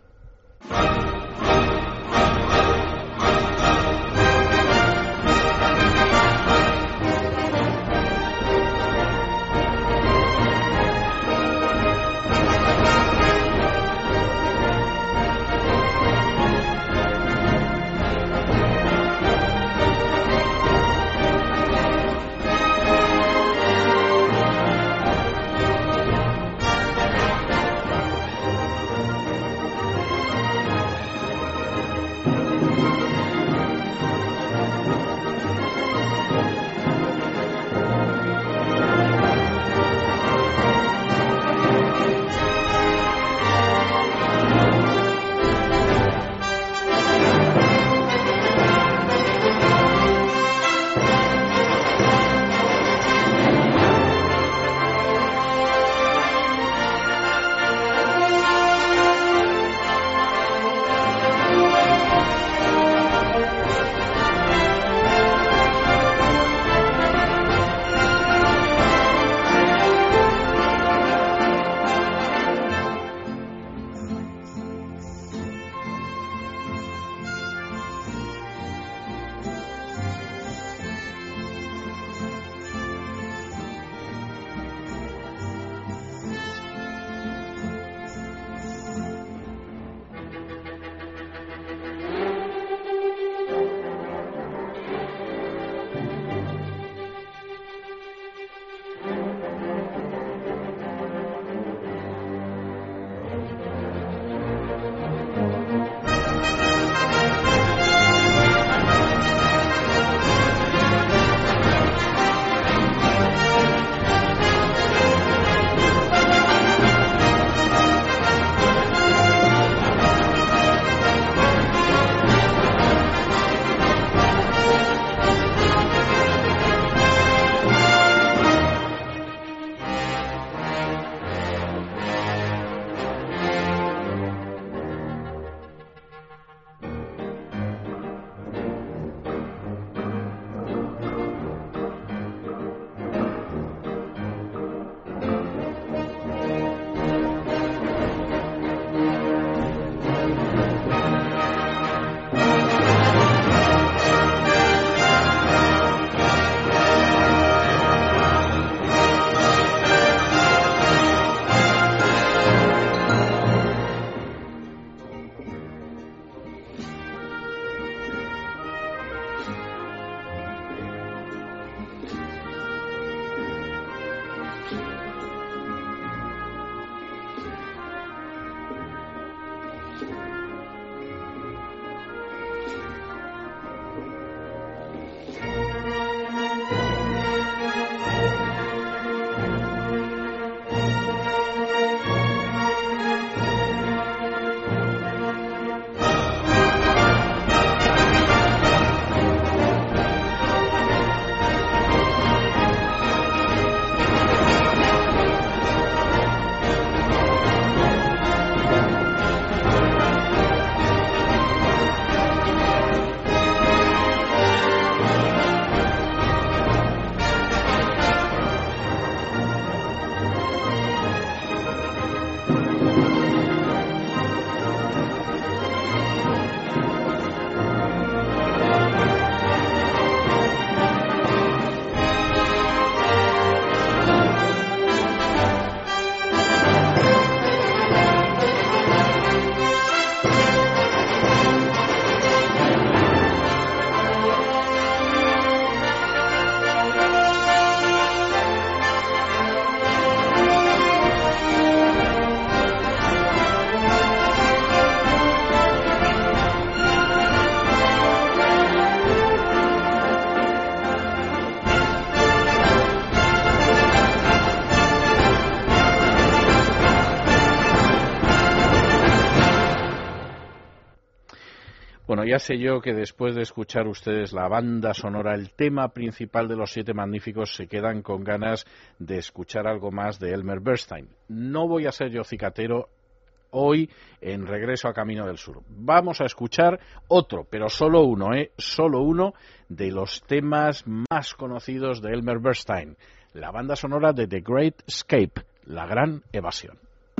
ya sé yo que después de escuchar ustedes la banda sonora, el tema principal de Los Siete Magníficos, se quedan con ganas de escuchar algo más de Elmer Bernstein. No voy a ser yo cicatero hoy en Regreso a Camino del Sur. Vamos a escuchar otro, pero solo uno, solo uno de los temas más conocidos de Elmer Bernstein, la banda sonora de The Great Escape, La Gran Evasión.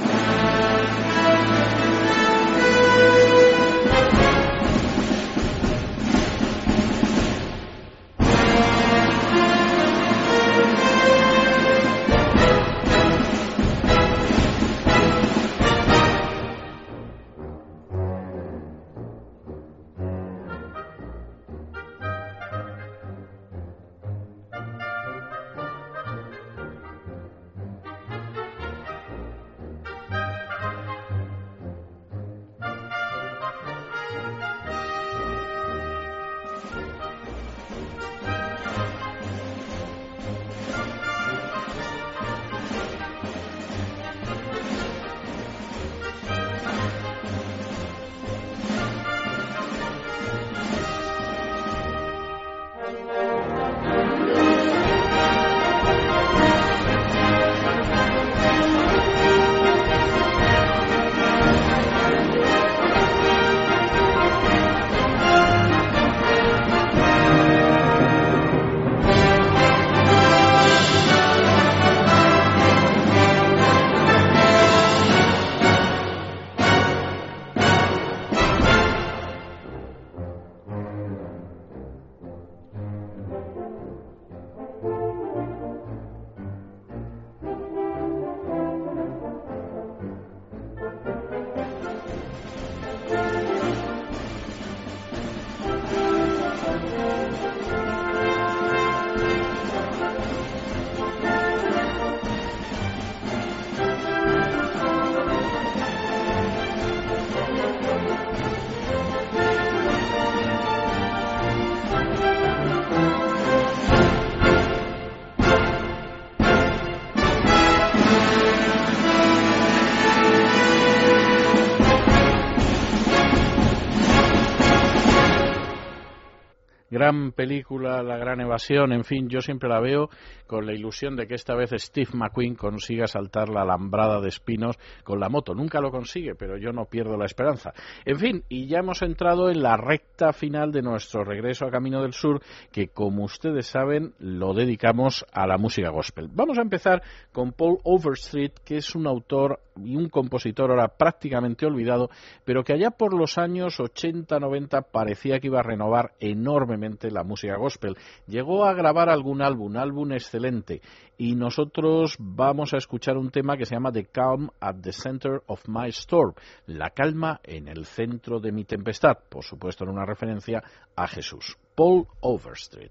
Gran película, La Gran Evasión, en fin, yo siempre la veo con la ilusión de que esta vez Steve McQueen consiga saltar la alambrada de espinos con la moto. Nunca lo consigue, pero yo no pierdo la esperanza. En fin, y ya hemos entrado en la recta final de nuestro regreso a Camino del Sur, que como ustedes saben, lo dedicamos a la música gospel. Vamos a empezar con Paul Overstreet, que es un autor y un compositor ahora prácticamente olvidado, pero que allá por los años 80-90 parecía que iba a renovar enormemente la música gospel. Llegó a grabar algún álbum excelente, y nosotros vamos a escuchar un tema que se llama The Calm at the Center of My Storm, la calma en el centro de mi tempestad, por supuesto en una referencia a Jesús. Paul Overstreet.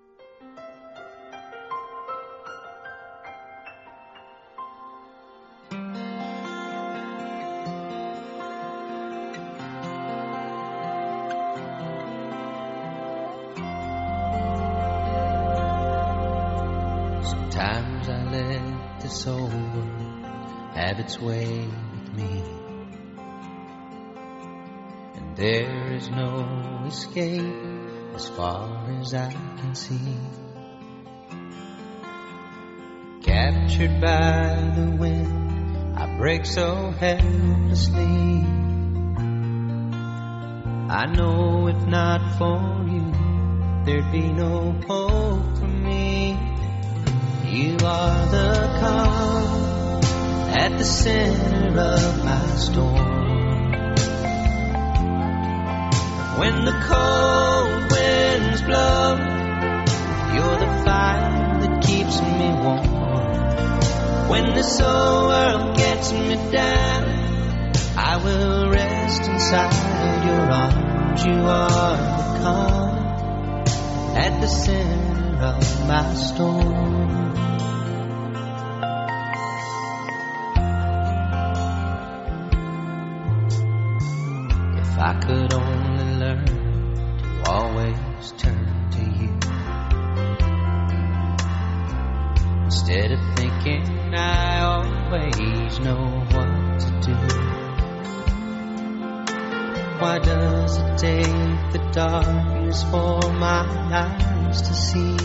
Sometimes I let this old world have its way with me, and there is no escape as far as I can see. Captured by the wind, I break so helplessly. I know if not for you, there'd be no hope for me. You are the calm at the center of my storm. When the cold winds blow, you're the fire that keeps me warm. When this whole world gets me down, I will rest inside your arms. You are the calm at the center of my storm. I could only learn to always turn to you, instead of thinking I always know what to do. Why does it take the darkness for my eyes to see?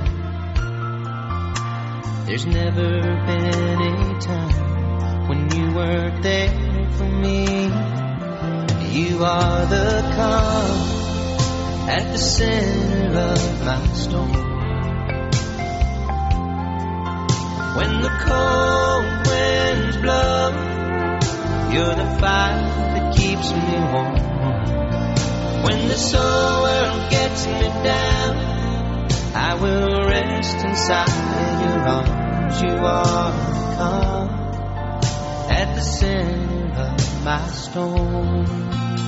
There's never been a time when you weren't there for me. You are the calm at the center of my storm. When the cold winds blow, you're the fire that keeps me warm. When this whole world gets me down, I will rest inside your arms. You are calm at the center of my storm.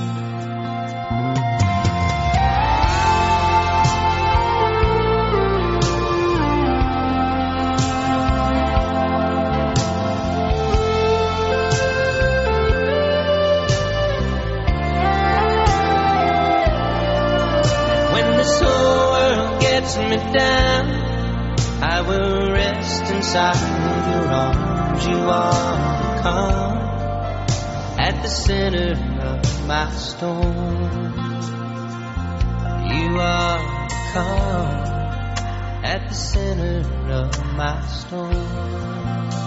Me down, I will rest inside your arms. You are calm at the center of my storm. You are calm at the center of my storm.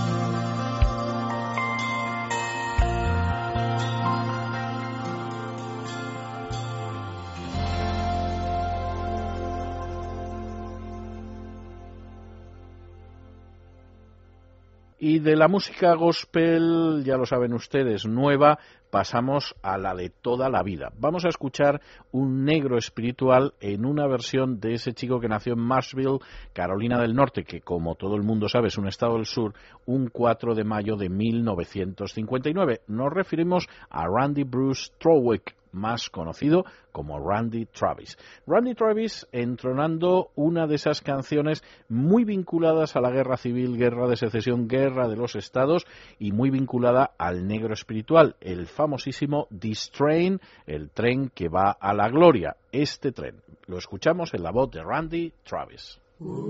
Y de la música gospel, ya lo saben ustedes, nueva, pasamos a la de toda la vida. Vamos a escuchar un negro espiritual en una versión de ese chico que nació en Marshville, Carolina del Norte, que como todo el mundo sabe es un estado del sur, un 4 de mayo de 1959. Nos referimos a Randy Bruce Trowick, más conocido como Randy Travis. Randy Travis entronando una de esas canciones muy vinculadas a la guerra civil, guerra de secesión, guerra de los estados y muy vinculada al negro espiritual, el famosísimo This Train, el tren que va a la gloria. Este tren lo escuchamos en la voz de Randy Travis.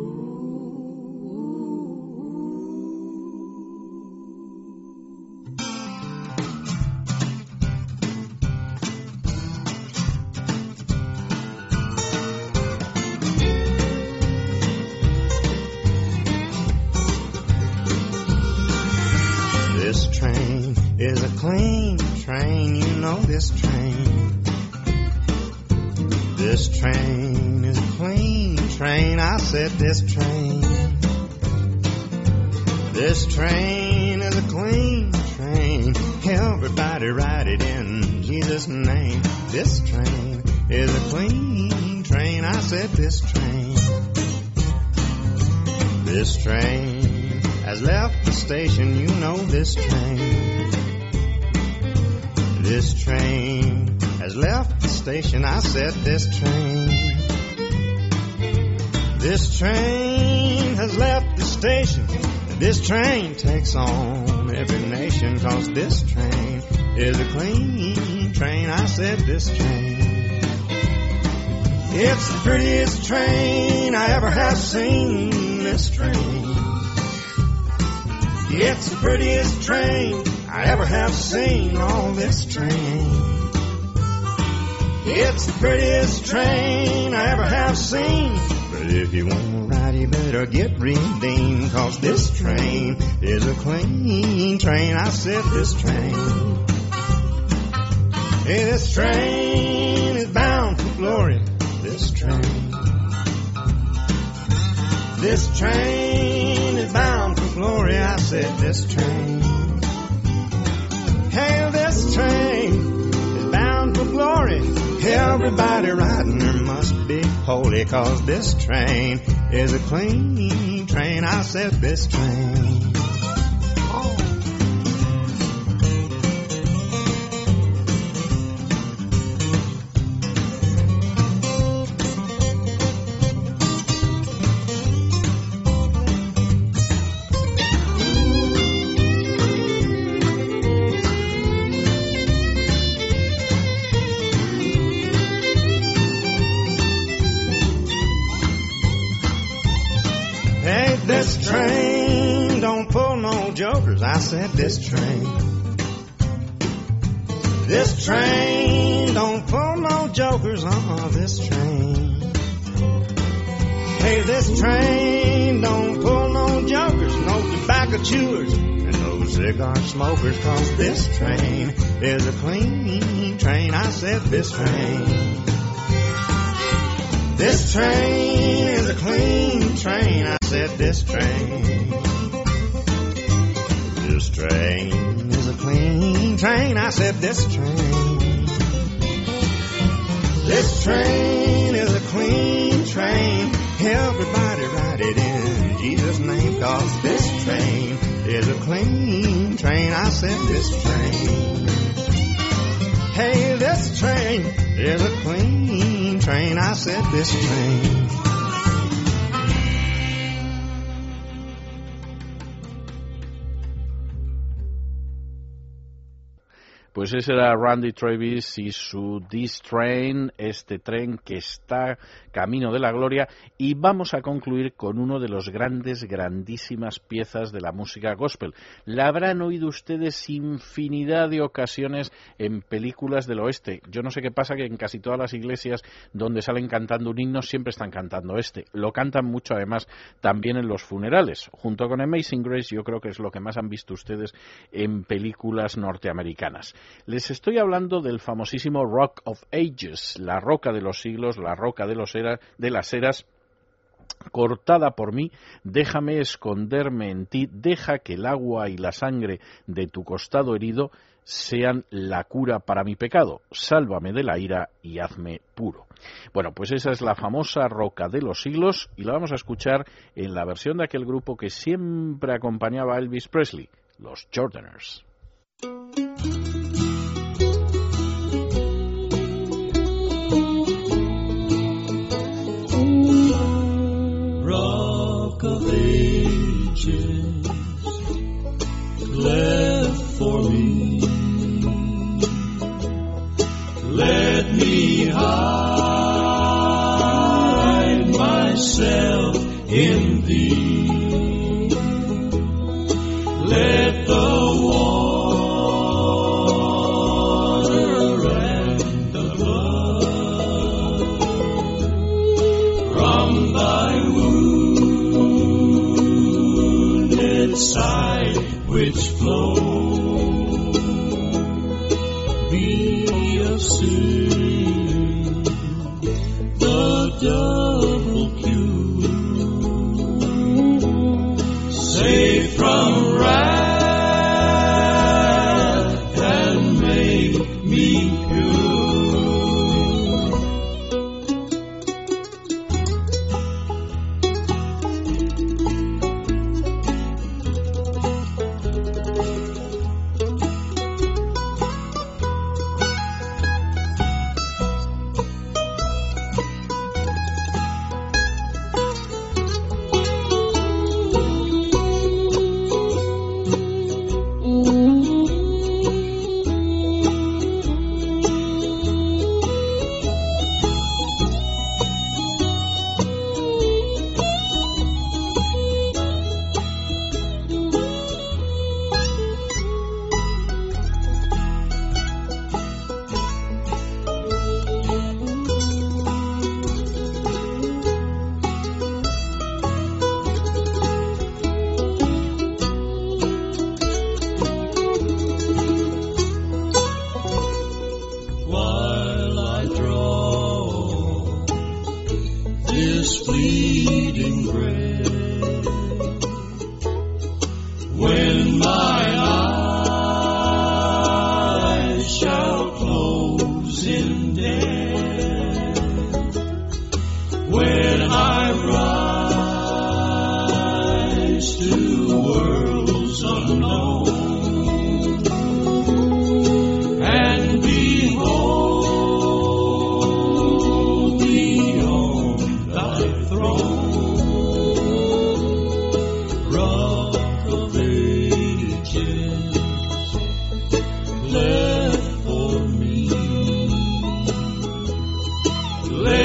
This train is a clean train, you know this train. This train is a clean train, I said this train. This train is a clean train, everybody ride it in Jesus' name. This train is a clean train, I said this train. This train has left the station, you know this train. This train has left the station, I said this train. This train has left the station, this train takes on every nation, 'cause this train is a clean train, I said this train. It's the prettiest train I ever have seen, this train. It's the prettiest train I ever have seen on this train. It's the prettiest train I ever have seen. But if you want to ride, you better get redeemed, 'cause this train is a clean train, I said this train. Hey, this train is bound for glory, this train. This train is bound for glory, I said this train. Hey, this train is bound for glory. Everybody riding there must be holy, 'cause this train is a clean train, I said this train. This train don't pull no jokers, I said this train. This train don't jokers on this train. Hey, this train don't pull no jokers, no tobacco chewers, and no cigar smokers, 'cause this train is a clean train. I said this train. This train is a clean train. I said this train. This train is a clean train. I said this train. This train is a clean train. Everybody ride it in Jesus' name, 'cause this train is a clean train. I said this train. Hey, this train is a clean train. I said this train. Pues ese era Randy Travis y su This Train, este tren que está camino de la gloria, y vamos a concluir con uno de los grandísimas piezas de la música gospel. La habrán oído ustedes infinidad de ocasiones en películas del oeste. Yo no sé qué pasa, que en casi todas las iglesias donde salen cantando un himno siempre están cantando este. Lo cantan mucho además también en los funerales. Junto con Amazing Grace yo creo que es lo que más han visto ustedes en películas norteamericanas. Les estoy hablando del famosísimo Rock of Ages, la roca de los siglos, la roca de las eras, cortada por mí, déjame esconderme en ti, deja que el agua y la sangre de tu costado herido sean la cura para mi pecado, sálvame de la ira y hazme puro. Bueno, pues esa es la famosa roca de los siglos y la vamos a escuchar en la versión de aquel grupo que siempre acompañaba a Elvis Presley, los Jordaners. Rock of ages, left for me, let me hide myself in thee, let the water and the blood from thy wounded side which flow be of sin, the double cure, save from wrath and make me pure.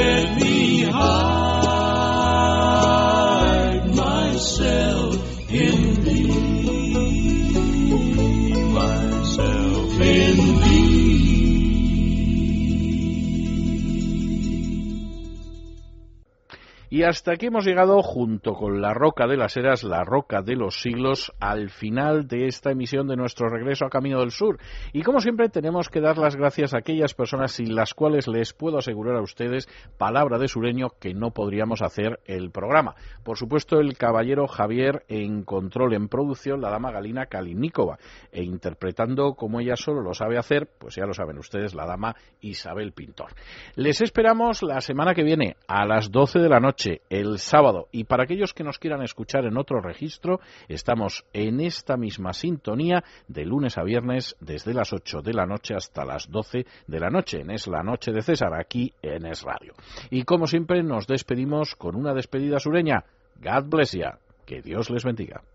In Y hasta aquí hemos llegado, junto con la Roca de las Eras, la Roca de los Siglos, al final de esta emisión de nuestro regreso a Camino del Sur. Y como siempre tenemos que dar las gracias a aquellas personas sin las cuales les puedo asegurar a ustedes, palabra de sureño, que no podríamos hacer el programa. Por supuesto, el caballero Javier en control, en producción, la dama Galina Kaliníkova, e interpretando como ella solo lo sabe hacer, pues ya lo saben ustedes, la dama Isabel Pintor. Les esperamos la semana que viene a las 12 de la noche, el sábado, y para aquellos que nos quieran escuchar en otro registro, estamos en esta misma sintonía de lunes a viernes desde las 8 de la noche hasta las 12 de la noche, en Es la Noche de César, aquí en Es Radio. Y como siempre nos despedimos con una despedida sureña. God bless ya. Que Dios les bendiga.